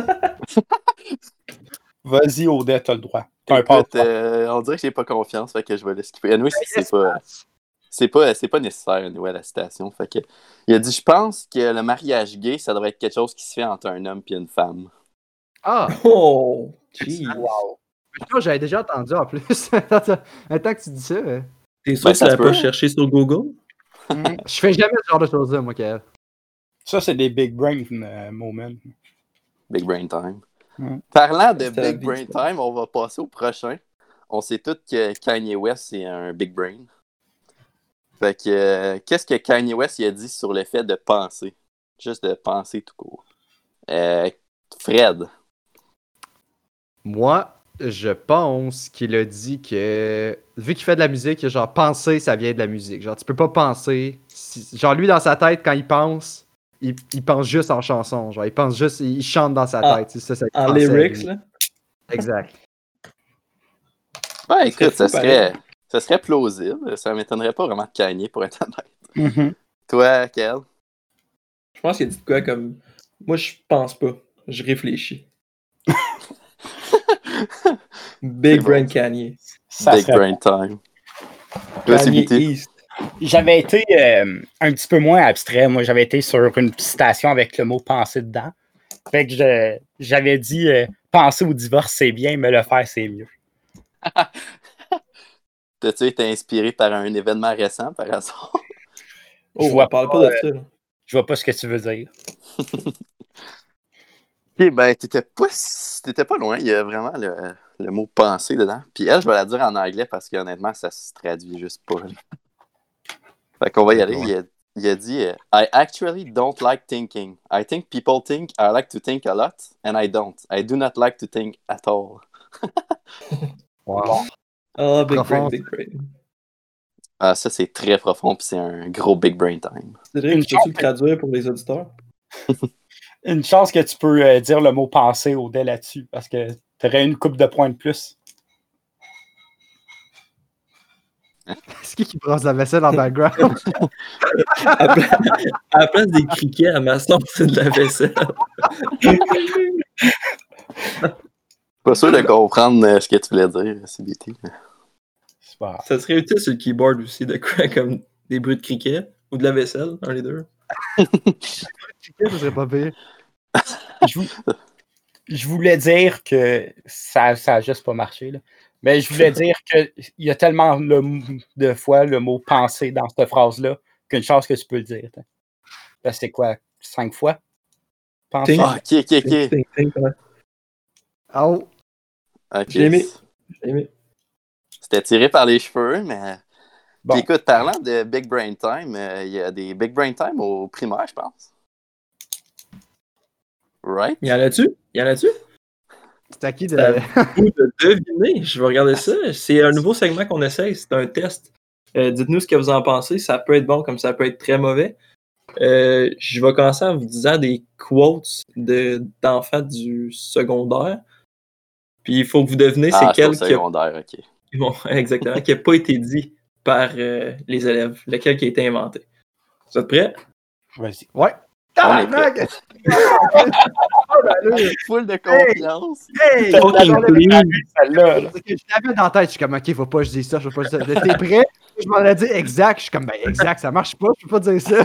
Vas-y, Odette, t'as le droit. T'as un Écoute, passeport. euh, on dirait que j'ai pas confiance, fait que je vais le skipper. Anyway, c'est pas, c'est pas, c'est pas nécessaire, anyway, la citation. Fait que, il a dit, je pense que le mariage gay, ça devrait être quelque chose qui se fait entre un homme et une femme. Ah, Oh! Jeez. Wow. putain, j'avais déjà entendu en plus. Attends que tu dis ça. euh, T'es sûr Ben, que ça tu se l'as pas peut. cherché sur Google? Je fais jamais ce genre de choses-là, moi, Kael. Ça, c'est des big brain euh, moments. Big Brain Time. Mm. Parlant de C'était la Big vie, Brain ça. Time, on va passer au prochain. On sait tous que Kanye West, c'est un Big Brain. Fait que, euh, qu'est-ce que Kanye West il a dit sur le fait de penser? Juste de penser tout court. Euh, Fred. Moi, je pense qu'il a dit que, vu qu'il fait de la musique, genre, penser, ça vient de la musique. Genre, tu peux pas penser. si- Genre, lui, dans sa tête, quand il pense, il, il pense juste en chanson. Genre, il pense juste, il chante dans sa Ah, tête. C'est ça, ça En pensait, lyrics, lui. là. Exact. Ouais, écoute, serait ça fou, serait, ça serait plausible. Ça m'étonnerait pas vraiment de Kanye, pour être honnête. Mhm. Toi, Kel? Je pense qu'il a dit de quoi comme. Moi, je pense pas. Je réfléchis. Big C'est Brain bon, Kanye. Ça Big serait Brain Time. Toi, C Kanye B T. East. J'avais été euh, un petit peu moins abstrait. Moi, j'avais été sur une citation avec le mot penser dedans. Fait que je- j'avais dit euh, penser au divorce, c'est bien, mais le faire, c'est mieux. T'as-tu été inspiré par un événement récent, par hasard? Oh, Je vois on parle pas, pas de ça. là. Je vois pas ce que tu veux dire. Ok, ben, t'étais pas, t'étais pas loin. Il y a vraiment le, le mot penser dedans. Puis elle, je vais la dire en anglais parce qu'honnêtement, ça se traduit juste pas. Là. Fait qu'on va y aller. Il a, il a dit euh, I actually don't like thinking. I think people think I like to think a lot, and I don't. I do not like to think at all. Wow. Ah, big Profond. brain, big brain. Ah, ça, c'est très profond, puis c'est un gros big brain time. Cédric, Une tu peux-tu chance le traduire pour les auditeurs? Une chance que tu peux euh, dire le mot penser au dé là-dessus, parce que tu aurais une coupe de points de plus. C'est qui qui brasse la vaisselle en background? À la place, à la place des criquets à maçon, c'est de la vaisselle. Pas sûr de comprendre euh, ce que tu voulais dire, C B T. C'est pas grave. Ça serait utile sur le keyboard aussi, de quoi, comme des bruits de criquets ou de la vaisselle, un des deux. Ça serait pas pire. Je, vou- je voulais dire que ça n'a juste pas marché. Là. Mais je voulais dire qu'il y a tellement le, de fois le mot penser dans cette phrase-là qu'une chance que tu peux le dire. T'sais. Parce que c'est quoi? Cinq fois? Penser. Think. Ah, ok, ok, ok. Think, think, ouais. Oh, Ok. J'ai aimé. J'ai aimé. C'était tiré par les cheveux, mais. Bon. Puis écoute, parlant de Big Brain Time, euh, il y a des Big Brain Time au primaire, je pense. Right? Il y en a-tu? Il y en a-tu? c'est à qui de. Ça vous de deviner. Je vais regarder ça. C'est un nouveau segment qu'on essaye. C'est un test. Euh, dites-nous ce que vous en pensez. Ça peut être bon comme ça peut être très mauvais. Euh, je vais commencer en vous disant des quotes de, d'enfants du secondaire. Puis il faut que vous devinez c'est Ah, c'est quel au qui a, secondaire, ok. bon, exactement, qui n'a pas été dit par euh, les élèves. Lequel qui a été inventé. Vous êtes prêts? Vas-y. Ouais. On est Tabarnak! Full de confiance. Hey! Fucking j'en avais- clean. Celle-là, là. C'est que je l'avais dans la tête, je suis comme, ok, faut pas que je dise ça, faut pas que je dise ça. T'es prêt? Je m'en ai dit exact, je suis comme, ben exact, ça marche pas, je peux pas dire ça.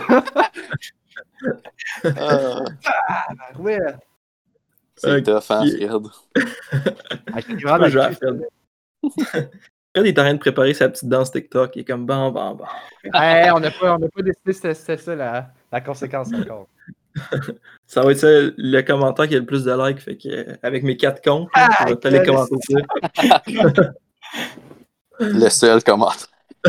Ah, Ouais. c'est Ok. tough, hein, Fred? Avec une Je grande peux jouer à actrice. Fred. Fred est en train de préparer sa petite danse TikTok. Il est comme bon, bon, bon. Hey, on n'a pas, on a pas décidé si c'était c'était ça la, la conséquence encore. Ça va être ça, le commentaire qui a le plus de likes. Fait que, euh, avec mes quatre comptes, Ah, on va peut-être les quel commenter dessus. Le seul commentaire.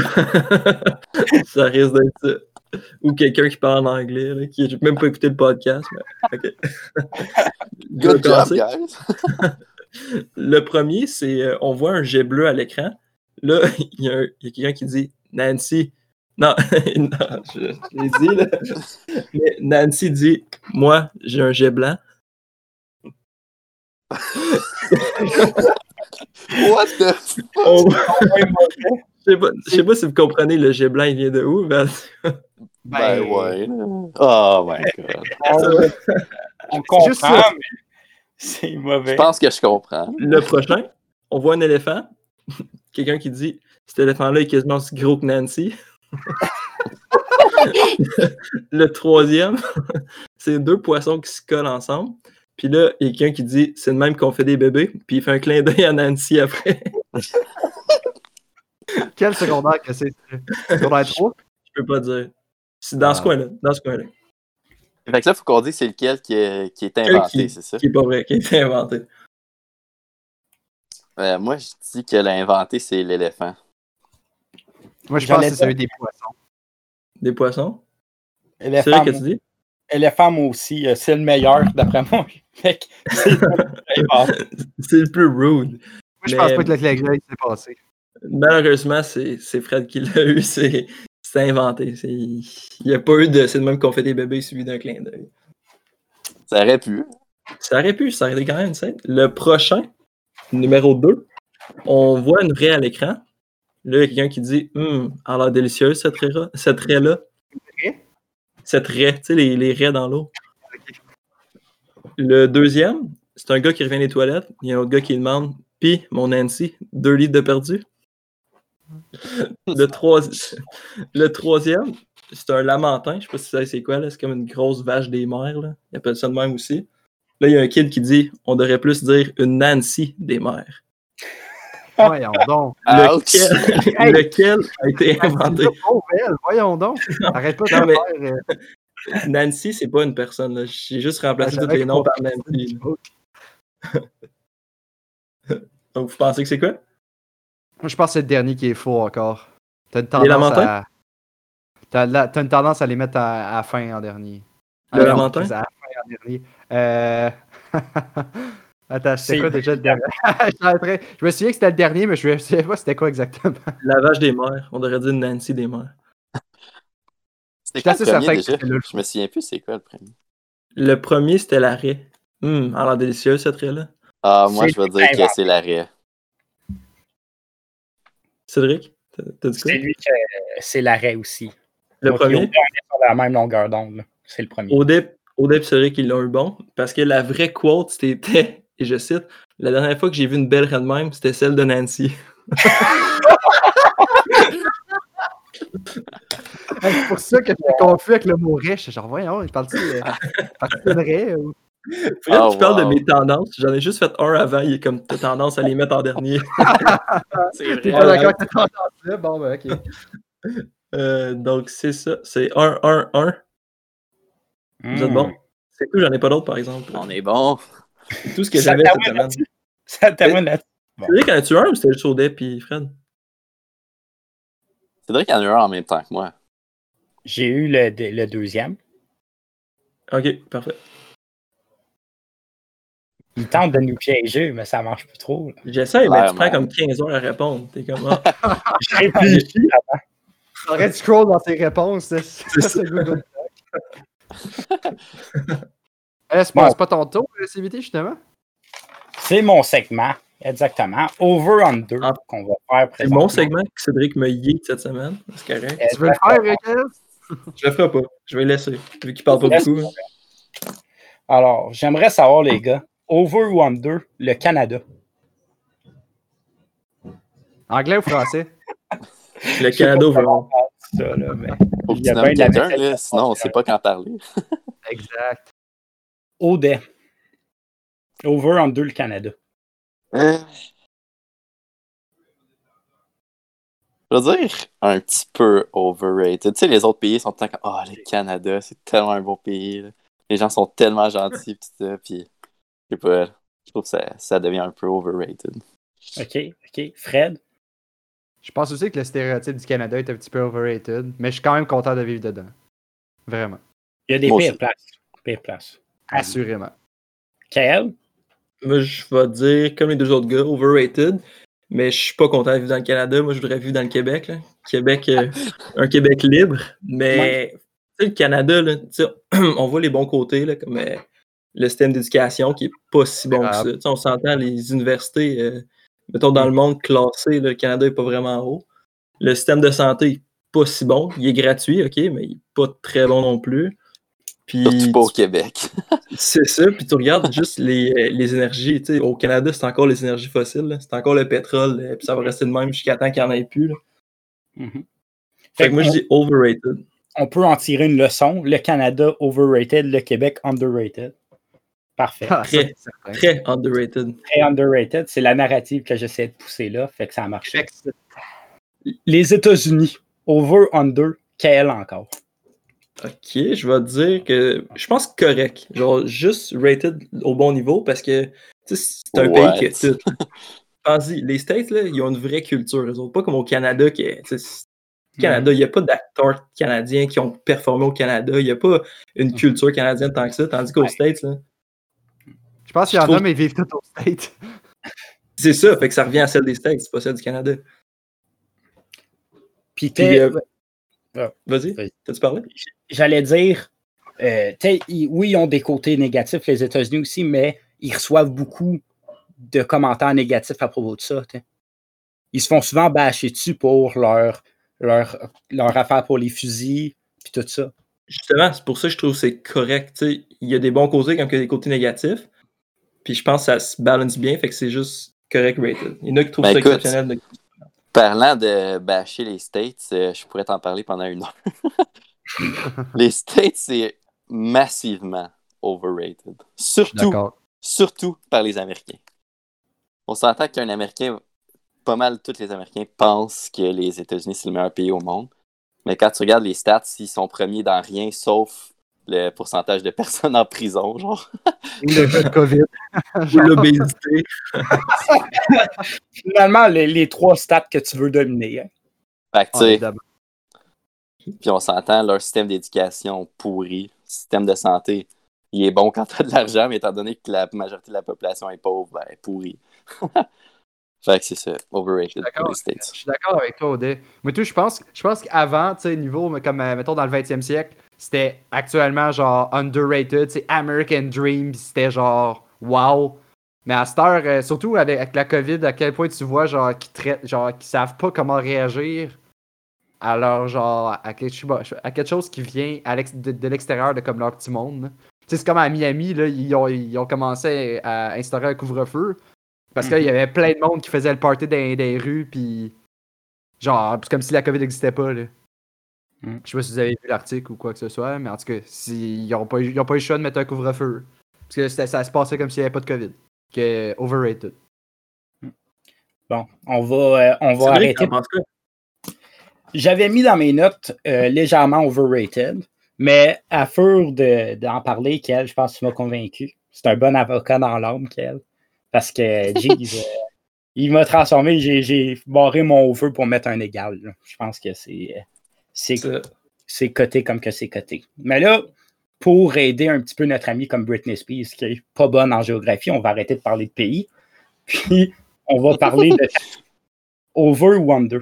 Ça risque d'être ça. Ou quelqu'un qui parle en anglais, là, qui n'a même pas écouté le podcast. Mais... OK. Je vais Good job, commencer. guys. Le premier, c'est euh, on voit un jet bleu à l'écran. Là, il y a, un- il y a quelqu'un qui dit Nancy. Non, non je, je l'ai dit, là. Mais Nancy dit moi, j'ai un jet blanc. What the fuck? On- Je sais pas, je sais pas si vous comprenez le jet blanc, il vient de où, mais Ben ouais. Oh my god. On, on juste comprend, ça. mais c'est mauvais. Je pense que je comprends. le prochain, on voit un éléphant. Quelqu'un qui dit cet éléphant-là est quasiment aussi gros que Nancy. Le troisième, c'est deux poissons qui se collent ensemble. Puis là, il y a quelqu'un qui dit c'est de même qu'on fait des bébés. Puis il fait un clin d'œil à Nancy après. Quel secondaire que c'est? Secondaire trois? Je peux pas dire. C'est dans Ah. ce coin-là. Dans ce coin-là. Fait que là, il faut qu'on dise c'est lequel qui est, qui est Quel inventé, qui, c'est ça? qui est pas vrai, qui a été inventé. Euh, moi, je dis que l'inventé, c'est l'éléphant. Moi, je pense J'allais que c'est dire- celui des poissons. Des poissons. C'est Éléphant, vrai que tu dis? éléphant, moi aussi, euh, c'est le meilleur, d'après moi. Fait que c'est C'est le plus rude. Moi, je Mais- pense pas que le clin d'œil s'est passé. Malheureusement, c'est c'est Fred qui l'a eu. C'est c'est inventé. C'est- Il n'y a pas eu de. C'est de même qu'on fait des bébés suivis d'un clin d'œil. Ça aurait pu. Ça aurait pu, ça aurait été quand même une scène. Le prochain, numéro deux, on voit une raie à l'écran. Là, il y a quelqu'un qui dit Hum, elle a l'air délicieuse cette raie-là. Cette raie-là. raie? Cette raie, tu sais, les, les raies dans l'eau. Le deuxième, c'est un gars qui revient des toilettes. Il y a un autre gars qui demande Pis, mon Nancy, deux litres de perdu. Le, troisi- le troisième, c'est un lamentin. Je sais pas si vous savez c'est quoi, là. C'est comme une grosse vache des mers. Là. Ils appellent ça de même aussi. Là, il y a un kid qui dit on devrait plus dire une Nancy des mers. Voyons donc. Ouch! Lequel, Hey! lequel a été inventé? C'est pas belle, voyons donc. Arrête pas de Non, mais- faire. euh, Nancy, c'est pas une personne. Là. J'ai juste remplacé Ah, tous j'avais les noms par compris. Nancy. là. Donc, vous pensez que c'est quoi? Moi, je pense que c'est le dernier qui est faux encore. T'as une Les tendance Lamentins? à... T'as, la... T'as une tendance à les mettre à, à la fin en dernier. Le Ah, non, Lamentin? à la fin en dernier. Euh... Attends, c'était C'est- quoi déjà le dernier? J'étais en train- Je me souviens que c'était le dernier, mais je ne savais pas c'était quoi exactement. Lavage des mers. On devrait dire Nancy des mers. C'était Je suis quoi assez le premier certain que déjà? c'était le Je me souviens plus c'est quoi le premier. Le premier, c'était l'arrêt. Hum, elle a l'air délicieuse, cette raie-là. Ah, moi, C'est je vais lui dire qui que invente. c'est l'arrêt. Cédric, t'as t'as dit quoi? C'est lui que c'est l'arrêt aussi. Le Donc, premier? ils ont- on est sur la même longueur d'onde. là. C'est le premier. Odep, Odep et Cédric, ils l'ont eu bon. Parce que la vraie quote, c'était, et je cite, la dernière fois que j'ai vu une belle reine de même, c'était celle de Nancy. Hey, c'est pour ça que j'étais confus avec le mot riche. Genre, voyons, il parle-tu euh, parle-tu de vrai ou... Fred, Oh, tu parles de wow. mes tendances. J'en ai juste fait un avant. Il est comme, t'as tendance à les mettre en dernier. C'est T'es vrai. pas d'accord avec cette tendance-là? Bon, ben, ok. Euh, donc, c'est ça. C'est un un un. Vous êtes bon? C'est tout, j'en ai pas d'autres, par exemple. On est bon. C'est tout ce que Ça j'avais cette termine semaine. là-dessus. Ça termine là-dessus. Bon. Cédric, en as-tu un ou c'était juste Odep et Fred? Cédric en a eu un en même temps que moi. J'ai eu le, le deuxième. Ok, parfait. Il tente de nous piéger, mais ça marche plus trop. là. J'essaie, mais tu Clairement. prends comme quinze heures à répondre. T'es comme, ah, J'ai réfléchi avant. Arrête de scroll dans tes réponses. C'est ça, c'est Google Doc. Eh, c'est pas, Bon. c'est pas ton tour, le C V T, justement? C'est mon segment, exactement. Over-under Ah. qu'on va faire c'est présentement. mon segment que Cédric me yé cette semaine. C'est correct. Tu veux le faire, Raquel? Je le ferai pas. Je vais le laisser. Vu qu'il parle pas Laisse- beaucoup. Alors, j'aimerais savoir, les gars, over ou under, le Canada. Anglais ou français? Le Canada overall. Ça, là, mais Faut que il tu y a nommes bien de la quelqu'un, méthode. là, sinon on sait pas quand parler. Exact. Audet. Over, under, le Canada. Euh, Je veux dire un petit peu overrated. Tu sais, les autres pays sont tout le temps comme oh, le Canada, c'est tellement un beau pays. là. Les gens sont tellement gentils, pis tout ça, pis je sais pas, je trouve que ça, ça devient un peu overrated. OK, OK. Fred? Je pense aussi que le stéréotype du Canada est un petit peu overrated, mais je suis quand même content de vivre dedans. Vraiment. Il y a des Moi pires aussi. places. Pires places. Assurément. Kael? Moi, je vais dire, comme les deux autres gars, overrated. Mais je suis pas content de vivre dans le Canada. Moi, je voudrais vivre dans le Québec. Là. Québec, euh, un Québec libre. Mais tu sais, le Canada, là, tu sais, on voit les bons côtés, là, comme euh, le système d'éducation qui est pas si bon que ça. Tu sais, on s'entend, les universités, euh, mettons dans le monde classé, là, le Canada est pas vraiment haut. Le système de santé est pas si bon. Il est gratuit, OK, mais il est pas très bon non plus. Puis, Surtout pas au tu- Québec. c'est ça, puis tu regardes juste les, euh, les énergies. Tu sais, au Canada, c'est encore les énergies fossiles, là. C'est encore le pétrole, euh, puis ça va rester de même jusqu'à temps qu'il n'y en ait plus. Là. Mhm. Fait que moi, je dis overrated. On peut en tirer une leçon. Le Canada, overrated. Le Québec, underrated. Parfait. Ah, ça, Très, c'est certain. Très underrated. Très underrated. C'est la narrative que j'essaie de pousser là. Fait que ça a marché. Fait que c'est- Les États-Unis, over, under, Kael encore. Ok, je vais te dire que je pense correct. Genre, juste rated au bon niveau parce que tu sais, c'est un What? pays qui a tout. Pense-y, les States, là, ils ont une vraie culture. Ils ont pas comme au Canada. Qui est, tu sais, au Canada, il n'y a pas d'acteurs canadiens qui ont performé au Canada. Il n'y a pas une culture canadienne tant que ça. Tandis qu'aux Ouais. States, là, Je pense qu'il y en Je trouve- a, mais ils vivent tous au State. c'est ça. Fait que ça revient à celle des States, c'est pas celle du Canada. Puis, Puis, t'es- euh, Ah, vas-y, vas-y. t'as-tu parlé? j'allais dire, euh, t'sais, ils- oui, ils ont des côtés négatifs, les États-Unis aussi, mais ils reçoivent beaucoup de commentaires négatifs à propos de ça. t'sais. Ils se font souvent bâcher dessus pour leur, leur, leur affaire pour les fusils, puis tout ça. Justement, c'est pour ça que je trouve que c'est correct. tu sais. Il y a des bons côtés comme il y a des côtés négatifs. Puis je pense que ça se balance bien, fait que c'est juste correct rated. Il y en a qui trouvent Ben, ça écoute, exceptionnel. de- Parlant de bâcher les States, euh, je pourrais t'en parler pendant une heure. Les States, c'est massivement overrated. Surtout, D'accord. surtout par les Américains. On s'entend qu'un Américain, pas mal tous les Américains pensent que les États-Unis, c'est le meilleur pays au monde. Mais quand tu regardes les stats, ils sont premiers dans rien, sauf le pourcentage de personnes en prison, genre. Ou le cas de COVID. Ou l'obésité. Finalement, les, les trois stats que tu veux dominer. Hein. Fait que, tu Ah, sais, évidemment. puis on s'entend, leur système d'éducation pourri, système de santé, il est bon quand t'as de l'argent, mais étant donné que la majorité de la population est pauvre, ben, pourri. Fait que c'est ça, overrated pour les States. Je suis d'accord avec toi, Odé. Mais tout, je pense, je pense qu'avant, tu sais, niveau, comme, euh, mettons, dans le vingtième siècle, c'était actuellement, genre, underrated, c'est American Dream, pis c'était genre, wow. Mais à cette heure, euh, surtout avec, avec la COVID, à quel point tu vois, genre, qu'ils traitent, genre, qu'ils savent pas comment réagir. Alors, genre, à quelque, à quelque chose qui vient à l'ex- de, de l'extérieur de comme leur petit monde. là. Tu sais, c'est comme à Miami, là, ils ont, ils ont commencé à instaurer un couvre-feu. Parce qu'il y avait plein de monde qui faisait le party dans, dans les rues, puis genre, c'est comme si la COVID n'existait pas, là. Mm. Je sais pas si vous avez vu l'article ou quoi que ce soit, mais en tout cas, si, ils n'ont pas, eu- ils ont pas eu le choix de mettre un couvre-feu. Parce que ça, ça se passait comme s'il n'y avait pas de COVID. Que overrated. Bon, on va, euh, on va C'est vrai que arrêter. t'en penses quoi? J'avais mis dans mes notes euh, légèrement overrated, mais à fur de, d'en parler, qu'elle, je pense que tu m'as convaincu. C'est un bon avocat dans l'âme, qu'elle. Parce que, jeez, euh, il m'a transformé, j'ai, j'ai barré mon over pour mettre un égal. là. Je pense que c'est, c'est, Ça. c'est coté comme que c'est coté. Mais là, pour aider un petit peu notre ami comme Britney Spears, qui est pas bonne en géographie, on va arrêter de parler de pays. Puis, on va parler de over ou under.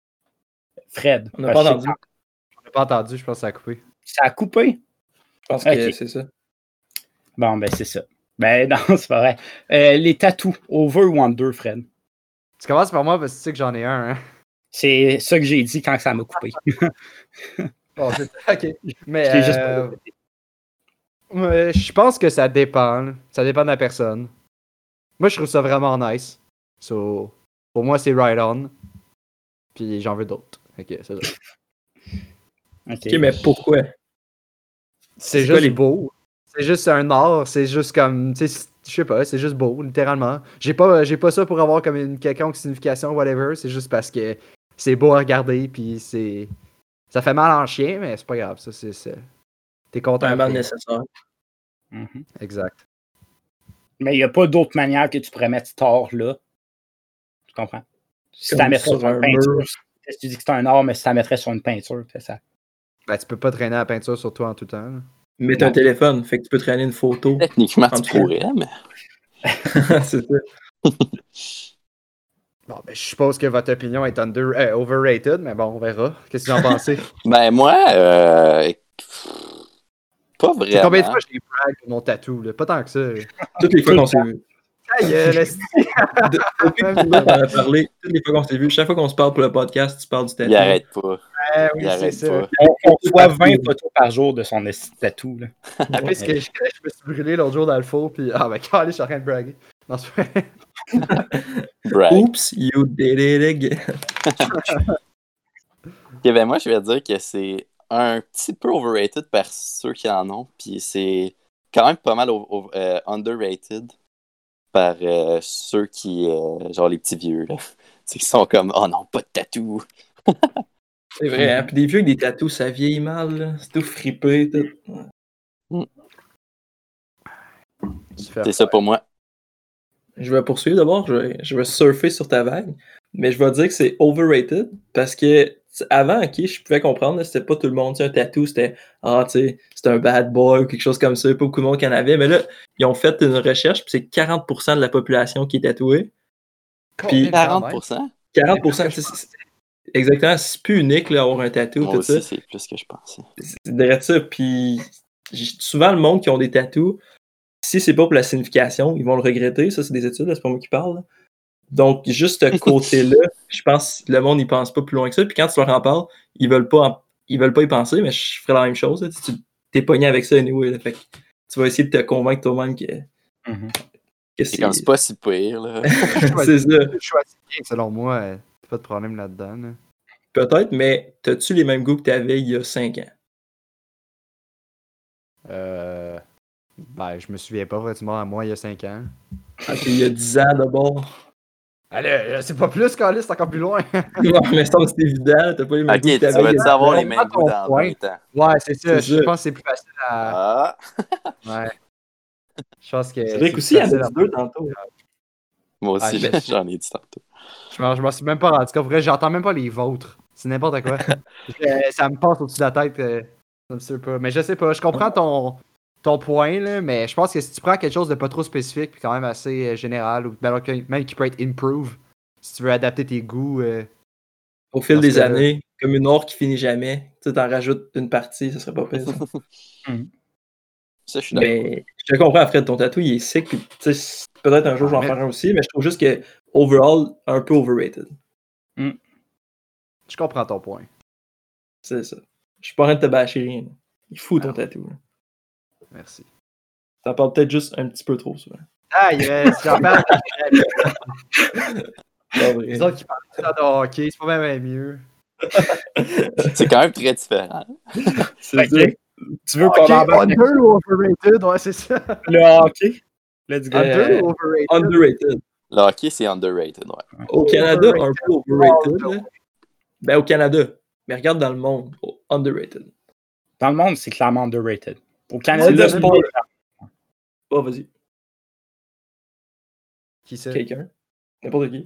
Fred. On n'a pas entendu. On n'a pas entendu, je pense que ça a coupé. Ça a coupé? Je pense Ok. que c'est ça. Bon, ben c'est ça. Ben non, c'est pas vrai. Euh, les tatous, over ou under, Fred? Tu commences par moi parce que tu sais que j'en ai un, hein. C'est ça que j'ai dit quand ça m'a coupé. Bon, c'est... ok. Mais Je l'ai juste euh, pas répété. ouais, je pense que ça dépend. là. Ça dépend de la personne. Moi, je trouve ça vraiment nice. So, pour moi, c'est right on. Puis j'en veux d'autres. Ok, c'est ça. Ok. Ok, mais pourquoi? C'est C'est quoi juste les- beau. C'est juste un art. C'est juste comme. Tu sais, je sais pas, c'est juste beau, littéralement. J'ai pas, j'ai pas ça pour avoir comme une quelconque signification, whatever. C'est juste parce que c'est beau à regarder. Puis c'est. Ça fait mal en chien, mais c'est pas grave. Ça, c'est. c'est... T'es content. C'est un mal après. nécessaire. Mhm. Exact. Mais il n'y a pas d'autre manière que tu pourrais mettre cet art-là. Tu comprends? Si tu la Comme mettrais sur sur une un peinture, mur. si tu dis que c'est un art, mais si tu la mettrais sur une peinture, c'est ça. Ben, tu peux pas traîner la peinture sur toi en tout temps. là. Mais t'as un téléphone, fait que tu peux traîner une photo. Techniquement, En tu tout cas. pourrais, mais. C'est ça. Bon, ben, je suppose que votre opinion est under, euh, overrated, mais bon, on verra. Qu'est-ce que vous en pensez? Ben, moi, euh... pas C'est combien de vraiment. fois j'ai brag pour mon tatou, là? Pas tant que ça. là. Toutes les fois qu'on s'est vu. Ta gueule, esti. De- Depuis que tu m'en as parlé, toutes les fois qu'on s'est vu, chaque fois qu'on se parle pour le podcast, tu parles du tatou. Il arrête pas. Ouais, oui, Il c'est arrête ça. pas. On, on reçoit vingt photos par jour de son esti de tatou. Là. Après, ce que je, je me suis brûlé l'autre jour dans le four, puis ah, ben, calé, je suis en train de braguer. Non, c'est vrai. Brag. Oops, you did it again. Ok, ben moi, je vais dire que c'est un petit peu overrated par ceux qui en ont, puis c'est quand même pas mal o- o- euh, underrated par euh, ceux qui, euh, genre les petits vieux, là. C'est qu'ils sont comme, oh non, pas de tatou. C'est vrai, hein? Puis des vieux avec des tatous, ça vieillit mal, là. C'est tout fripé, tout. C'est ça pour moi. Je vais poursuivre d'abord, je vais, je vais surfer sur ta vague, mais je vais dire que c'est overrated parce que t- avant, ok, je pouvais comprendre, là, c'était pas tout le monde, tu sais, un tatou, c'était ah, tu sais, c'était un bad boy ou quelque chose comme ça, pas beaucoup de monde qui en avait, mais là, ils ont fait une recherche, puis c'est quarante pour cent de la population qui est tatouée. Puis quarante pour cent? quarante pour cent, c'est- c'est- exactement, c'est plus unique là, avoir un tatou, Moi tout aussi, ça. c'est plus que je pensais. C'est direct ça, puis j- souvent le monde qui ont des tatous, si c'est pas pour la signification, ils vont le regretter. Ça, c'est des études, là, c'est pas moi qui parle. là. Donc, juste ce côté-là, je pense que le monde n'y pense pas plus loin que ça. Puis quand tu leur en parles, ils veulent pas en- ils veulent pas y penser, mais je ferais la même chose. Là. Tu t'es pogné avec ça anyway. Là. Fait que tu vas essayer de te convaincre toi-même que, Mhm. que C'est c'est. comme c'est pas si pire, là. c'est ça. Je choisis bien, selon moi. euh, Pas de problème là-dedans. là. Peut-être, mais t'as-tu les mêmes goûts que t'avais il y a cinq ans? Euh... Ben, je me souviens pas vraiment à moi il y a cinq ans. Ok, il y a dix ans d'abord. Allez, c'est pas plus, Calis, c'est encore plus loin. Non, mais ça, c'est évident. T'as pas les mêmes Ok, goûts tu que t'avais. vas-tu avoir les On mêmes prend goûts ton dans point. vingt ans? Ouais, c'est ça. C'est Je ça. pense que c'est plus facile à. Ah! Ouais. Je pense que. C'est vrai plus qu'aussi, il y en facile a à- dit deux tantôt. Moi Ah, aussi, je- j'en ai dit tantôt. Je m'en, je m'en suis même pas rendu compte. Pour vrai, j'entends même pas les vôtres. C'est n'importe quoi. Euh, ça me passe au-dessus de la tête. euh, Je ne sais pas. Mais je sais pas. Je comprends ton, ton point, là, mais je pense que si tu prends quelque chose de pas trop spécifique puis quand même assez euh, général, ou même, même qui peut être improve, si tu veux adapter tes goûts. euh, Au fil Dans ce des cas-là. années, comme une or qui finit jamais, tu sais, t'en rajoutes une partie, ça serait pas pire, ça. Ça, je suis d'accord. Mais je te comprends, Fred, ton tatou, il est sick. Puis, tu sais, peut-être un jour, je vais en Ah, faire un aussi, mais je trouve juste que, overall, un peu overrated. Je comprends ton point. C'est ça. Je suis pas en train de te bâcher rien. là. Il fout ton Ah. tatou. là. Merci. Ça parle peut-être juste un petit peu trop souvent. Ah, yes, j'en parle. Pas vrai. Les autres qui parlent tout le temps de hockey, c'est pas même mieux. C'est quand même très différent. C'est ça. Ok. Tu veux qu'on Ok, embarque under ou overrated? Ouais, c'est ça. le hockey? Let's go. Euh, Under ou overrated? Underrated. Le hockey, c'est underrated, ouais. Au Canada, un Overrated. peu overrated. Oh, là. Ben, au Canada. Mais regarde dans le monde. oh, Underrated. Dans le monde, c'est clairement underrated. Au C'est Canada, le c'est sport. Oh, vas-y. Qui c'est? Quelqu'un. N'importe qui.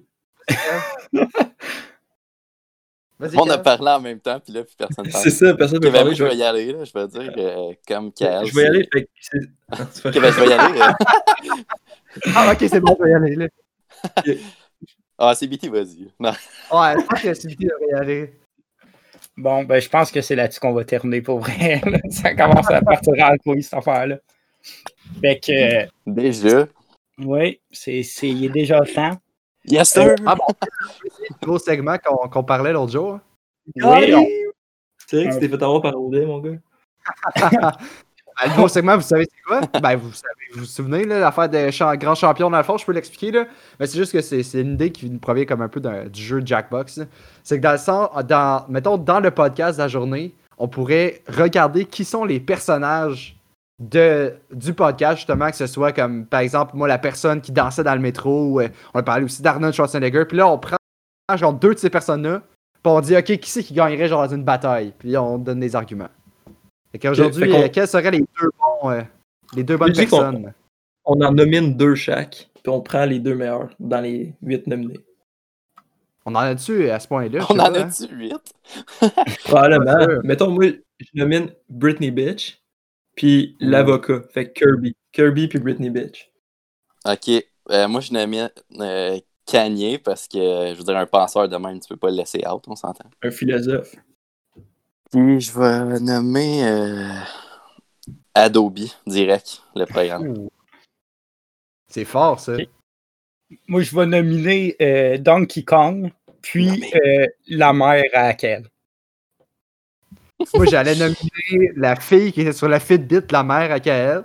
Vas-y, On a Kev. parlé en même temps, puis là, plus personne parle. C'est ça, personne ne Ok, peut ben, parler. moi, je vais y aller, là. Je vais dire euh, comme Kael. Je vais y aller. Fait que c'est- Non, c'est pas Ok, ben, je vais y aller. euh. Ah, ok, c'est bon, je vais y aller. Là. Ah, c'est B T, vas-y. Non. Ouais, je pense que c'est vite de y aller. Bon, ben, je pense que c'est là-dessus qu'on va terminer pour vrai. là. Ça commence à partir en couille, cette affaire-là. Fait que, euh, Déjà. oui, c'est, c'est, il est déjà temps. Yes, sir! Ah bon, le gros segment qu'on qu'on parlait l'autre jour. Oui, on- C'est vrai que tu t'es fait avoir par Audet, mon gars. Ben, le gros segment, vous savez c'est quoi? Ben, vous savez, vous vous souvenez, là, l'affaire des cha- grands champions dans le fond, je peux l'expliquer, là. Mais c'est juste que c'est c'est une idée qui nous provient comme un peu d'un- du jeu Jackbox. là. C'est que dans le sens, dans, mettons, dans le podcast de la journée, on pourrait regarder qui sont les personnages de, du podcast, justement, que ce soit comme, par exemple, moi, la personne qui dansait dans le métro, ou, euh, on a parlé aussi d'Arnold Schwarzenegger, puis là, on prend genre deux de ces personnes-là, puis on dit, OK, qui c'est qui gagnerait genre dans une bataille? Puis là, on donne des arguments. Fait qu'aujourd'hui, Fait qu'on- euh, quels seraient les deux bons, euh, les deux bonnes Je dis qu'on- personnes? On en nomine deux chaque, puis on prend les deux meilleurs dans les huit nominés. On en a-tu à ce point-là? On Je en sais pas, hein? a-tu huit? Probablement. Pas sûr. Mettons, moi, je nomine Britney Bitch, puis Mm. l'avocat. Fait que Kirby. Kirby puis Britney Bitch. Ok. Euh, moi, je nommais euh, Kanye parce que, je veux dire, un penseur de même, tu peux pas le laisser out, on s'entend. Un philosophe. Puis, je vais nommer euh, Adobe, direct, le programme. Ouh. C'est fort, ça. Ok. Moi, je vais nominer euh, Donkey Kong, puis Non, mais- euh, la mère à Kel. Moi, j'allais nominer la fille qui était sur la Fitbit, la mère à K L.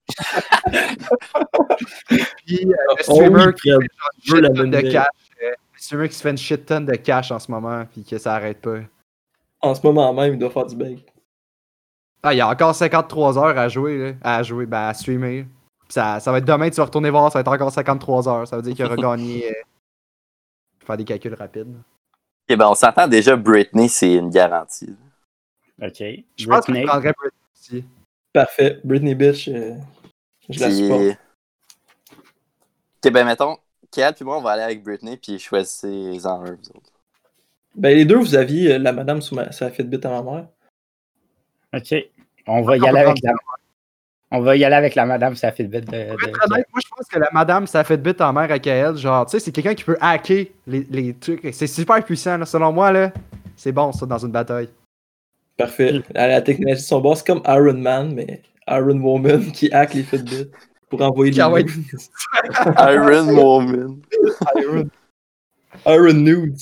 Puis euh, le Oh streamer oui, qui Fred, fait genre une je veux la shit tonne de nominer. cash. euh, le streamer qui se fait une shit tonne de cash en ce moment, puis que ça arrête pas. En ce moment même, il doit faire du bake. Ah, il y a encore cinquante-trois heures à jouer, là. À jouer, ben à streamer. Puis Ça, ça va être demain, tu vas retourner voir, ça va être encore cinquante-trois heures. Ça veut dire qu'il aura gagné. Euh... Faire des calculs rapides. Ok, ben, on s'entend déjà, Britney, c'est une garantie. OK. Je pense que je Britney. prendrais Britney aussi. Parfait. Britney Bitch, euh, je la Puis... supporte. Ok, ben, mettons, Kael puis moi, on va aller avec Britney, puis choisissez-en un, vous autres. Ben, les deux, vous aviez euh, la madame sur, ma, sur la Fitbit à ma mère. OK. On va y On aller peut avec la... On va y aller avec la madame, ça fait vite de... Pour de- être honnête, moi je pense que la madame, ça fait de bit en mère à K L. Genre, tu sais, c'est quelqu'un qui peut hacker les, les trucs. C'est super puissant, là. Selon moi, là. C'est bon, ça, dans une bataille. Parfait. Elle a la technologie de son bord, c'est comme Iron Man, mais Iron Woman qui hack les Fitbit pour envoyer Qui les envoie- nudes. Iron Woman. Iron, Iron Nudes.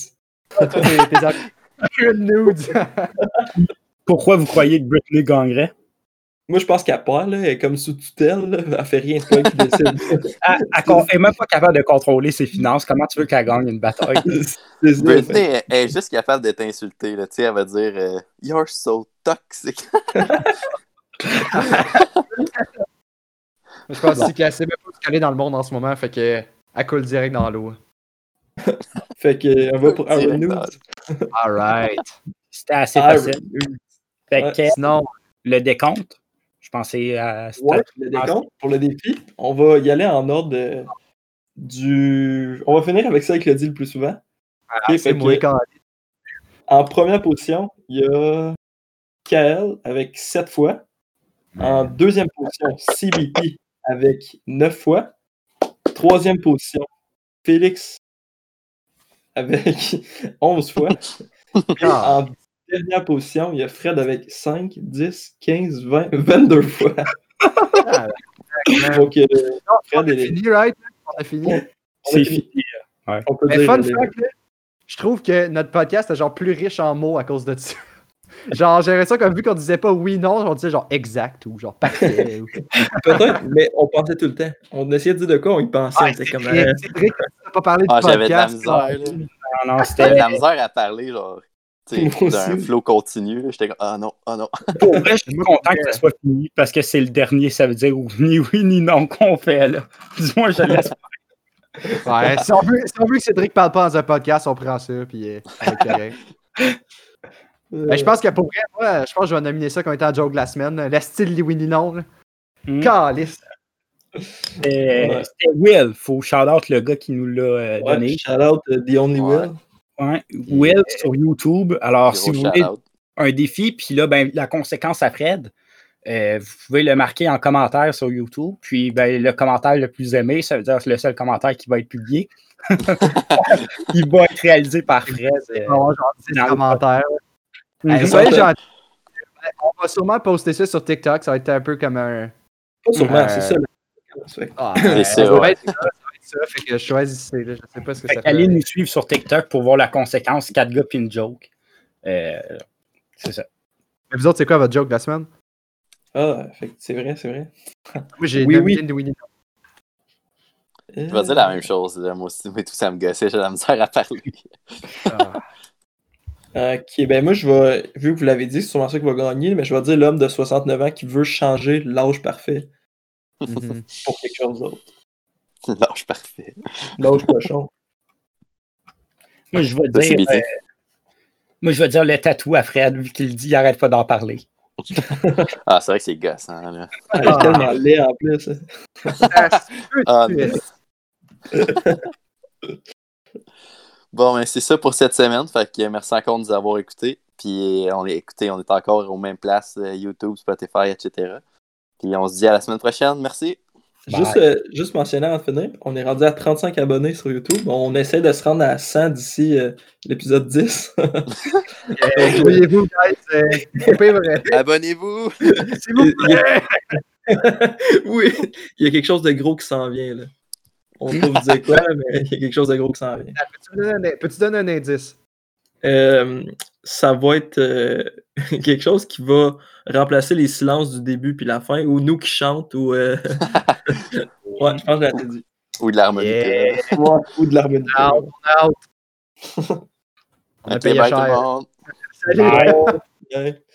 Iron Nudes. Pourquoi vous croyez que Britney gagnerait? Moi, je pense qu'elle perd, là. Elle est comme sous tutelle, là. Elle fait rien, c'est pas elle qui décide. Elle, elle con- elle est même pas capable de contrôler ses finances. Comment tu veux qu'elle gagne une bataille? C'est ça, Britney fait- elle, elle est juste capable de t'insulter, là. Tu sais, elle va dire euh, You're so toxic. Je pense aussi qu'elle sait même pas ce qu'elle est dans le monde en ce moment, fait que elle coule direct dans l'eau. Fait que, on va pour Iron Direct News. dans- Alright. C'était assez Iron facile. News. Fait Ouais, que Sinon, le décompte, je pensais à. Ouais, le décompte pour le défi. On va y aller en ordre de- du. On va finir avec ça que le dit le plus souvent. ah, Ok, c'est fait moi que- quand En première position, il y a Kael avec sept fois. En deuxième position, C B P avec neuf fois. Troisième position, Félix avec onze fois. Et Ah. en dernière position, il y a Fred avec cinq, dix, quinze, vingt, vingt-deux fois. Ah, Donc, euh, on Fred a est fini, right? On a fini. C'est fini. fini. On peut Mais dire, fun euh, fact, là, je trouve que notre podcast est genre plus riche en mots à cause de ça. Genre, j'aimerais ça comme vu qu'on disait pas oui, non, on disait genre exact ou genre parfait. ou... Peut-être, mais on pensait tout le temps. On essayait de dire de quoi, on y pensait. Ouais, on était c'est comme, vrai, euh, c'est vrai que t'as pas parlé du Ah, j'avais de la podcast. misère, là. Non, non, J'avais c'était. de la misère à parler, genre, tu sais, Moi d'un aussi. flow continu. là. J'étais comme, ah non, ah non. Pour vrai, je suis Moi, content pour que vrai. ça soit fini parce que c'est le dernier, ça veut dire ni oui ni non qu'on fait là. Du moins, je laisse. Ouais, si on, veut, si on veut que Cédric parle pas dans un podcast, on prend ça, puis euh, ça va être correct. Ben, je pense que pour vrai, moi, je pense que je vais nominer ça comme étant la joke de la semaine. Le style Louis Ninon. là. Hmm. Calice. C'était Ouais. c'était Will. Faut shout-out le gars qui nous l'a euh, ouais, donné. shout out uh, The Only Ouais. Will. Ouais. Will sur YouTube. Alors, si Gros vous voulez shout-out. un défi, puis là, ben, la conséquence à Fred, euh, vous pouvez le marquer en commentaire sur YouTube. Puis ben, le commentaire le plus aimé, ça veut dire que c'est le seul commentaire qui va être publié. Il va être réalisé par Fred. euh, On va avoir genre dix dans le commentaires. Mhm. Hey, soyez gentils. On va sûrement poster ça sur TikTok. Ça va être un peu comme un. Pas sûrement, Euh, c'est ça. la- Fait que- Ah, C'est euh, ça, va ouais. être ça, ça va être ça. Fait que choisissez. Là. Je sais pas ce que Fait ça qu'allez fait. nous suivre sur TikTok pour voir la conséquence. Quatre gars puis une joke. Euh, c'est ça. Mais vous autres, c'est quoi votre joke de la semaine? Ah, fait que c'est vrai, c'est vrai. Moi, j'ai Oui, nominé oui. Louis Ninon. Je vais dire la même chose, là, moi aussi, mais tout ça me gossait, j'ai de la misère à parler. Ah. Ok, ben moi, je vais, vu que vous l'avez dit, c'est sûrement ça qui va gagner, mais je vais dire l'homme de soixante-neuf ans qui veut changer l'âge parfait Mhm. pour quelque chose d'autre. Lâche parfait. L'âge cochon. Moi, je vais Ça, c'est dire. B T. euh, moi, je vais dire le tatou à Fred, vu qu'il dit, il arrête pas d'en parler. Ah, c'est vrai que c'est gossant, là. Ah, il est tellement laid en plus. Ah, c'est peu, Ah, tu non. es- Bon, ben, c'est ça pour cette semaine. Fait que merci encore de nous avoir écoutés. Puis on est écouté, on est encore aux mêmes places, euh, YouTube, Spotify, et cetera. Puis on se dit à la semaine prochaine. Merci. Juste, euh, juste mentionner avant de finir, on est rendu à trente-cinq abonnés sur YouTube. On essaie de se rendre à cent d'ici euh, l'épisode dix. Euh, Grouillez-vous, guys. Euh, coupez vrai. Abonnez-vous. S'il vous Il y a- plaît. Oui, il y a quelque chose de gros qui s'en vient. Là. On ne peut pas vous dire quoi, mais il y a quelque chose de gros qui s'en vient. Peux-tu me donner un- Peux-tu donner un indice? Euh, ça va être euh, quelque chose qui va remplacer les silences du début puis la fin, ou nous qui chante, ou. euh, ouais, je pense que j'ai assez dit. Ou de l'harmonica. Yeah. Ouais, ou de l'harmonica. Out, on out. On a Ok, payé bye tout cher. le monde. Salut. Bye. Ouais.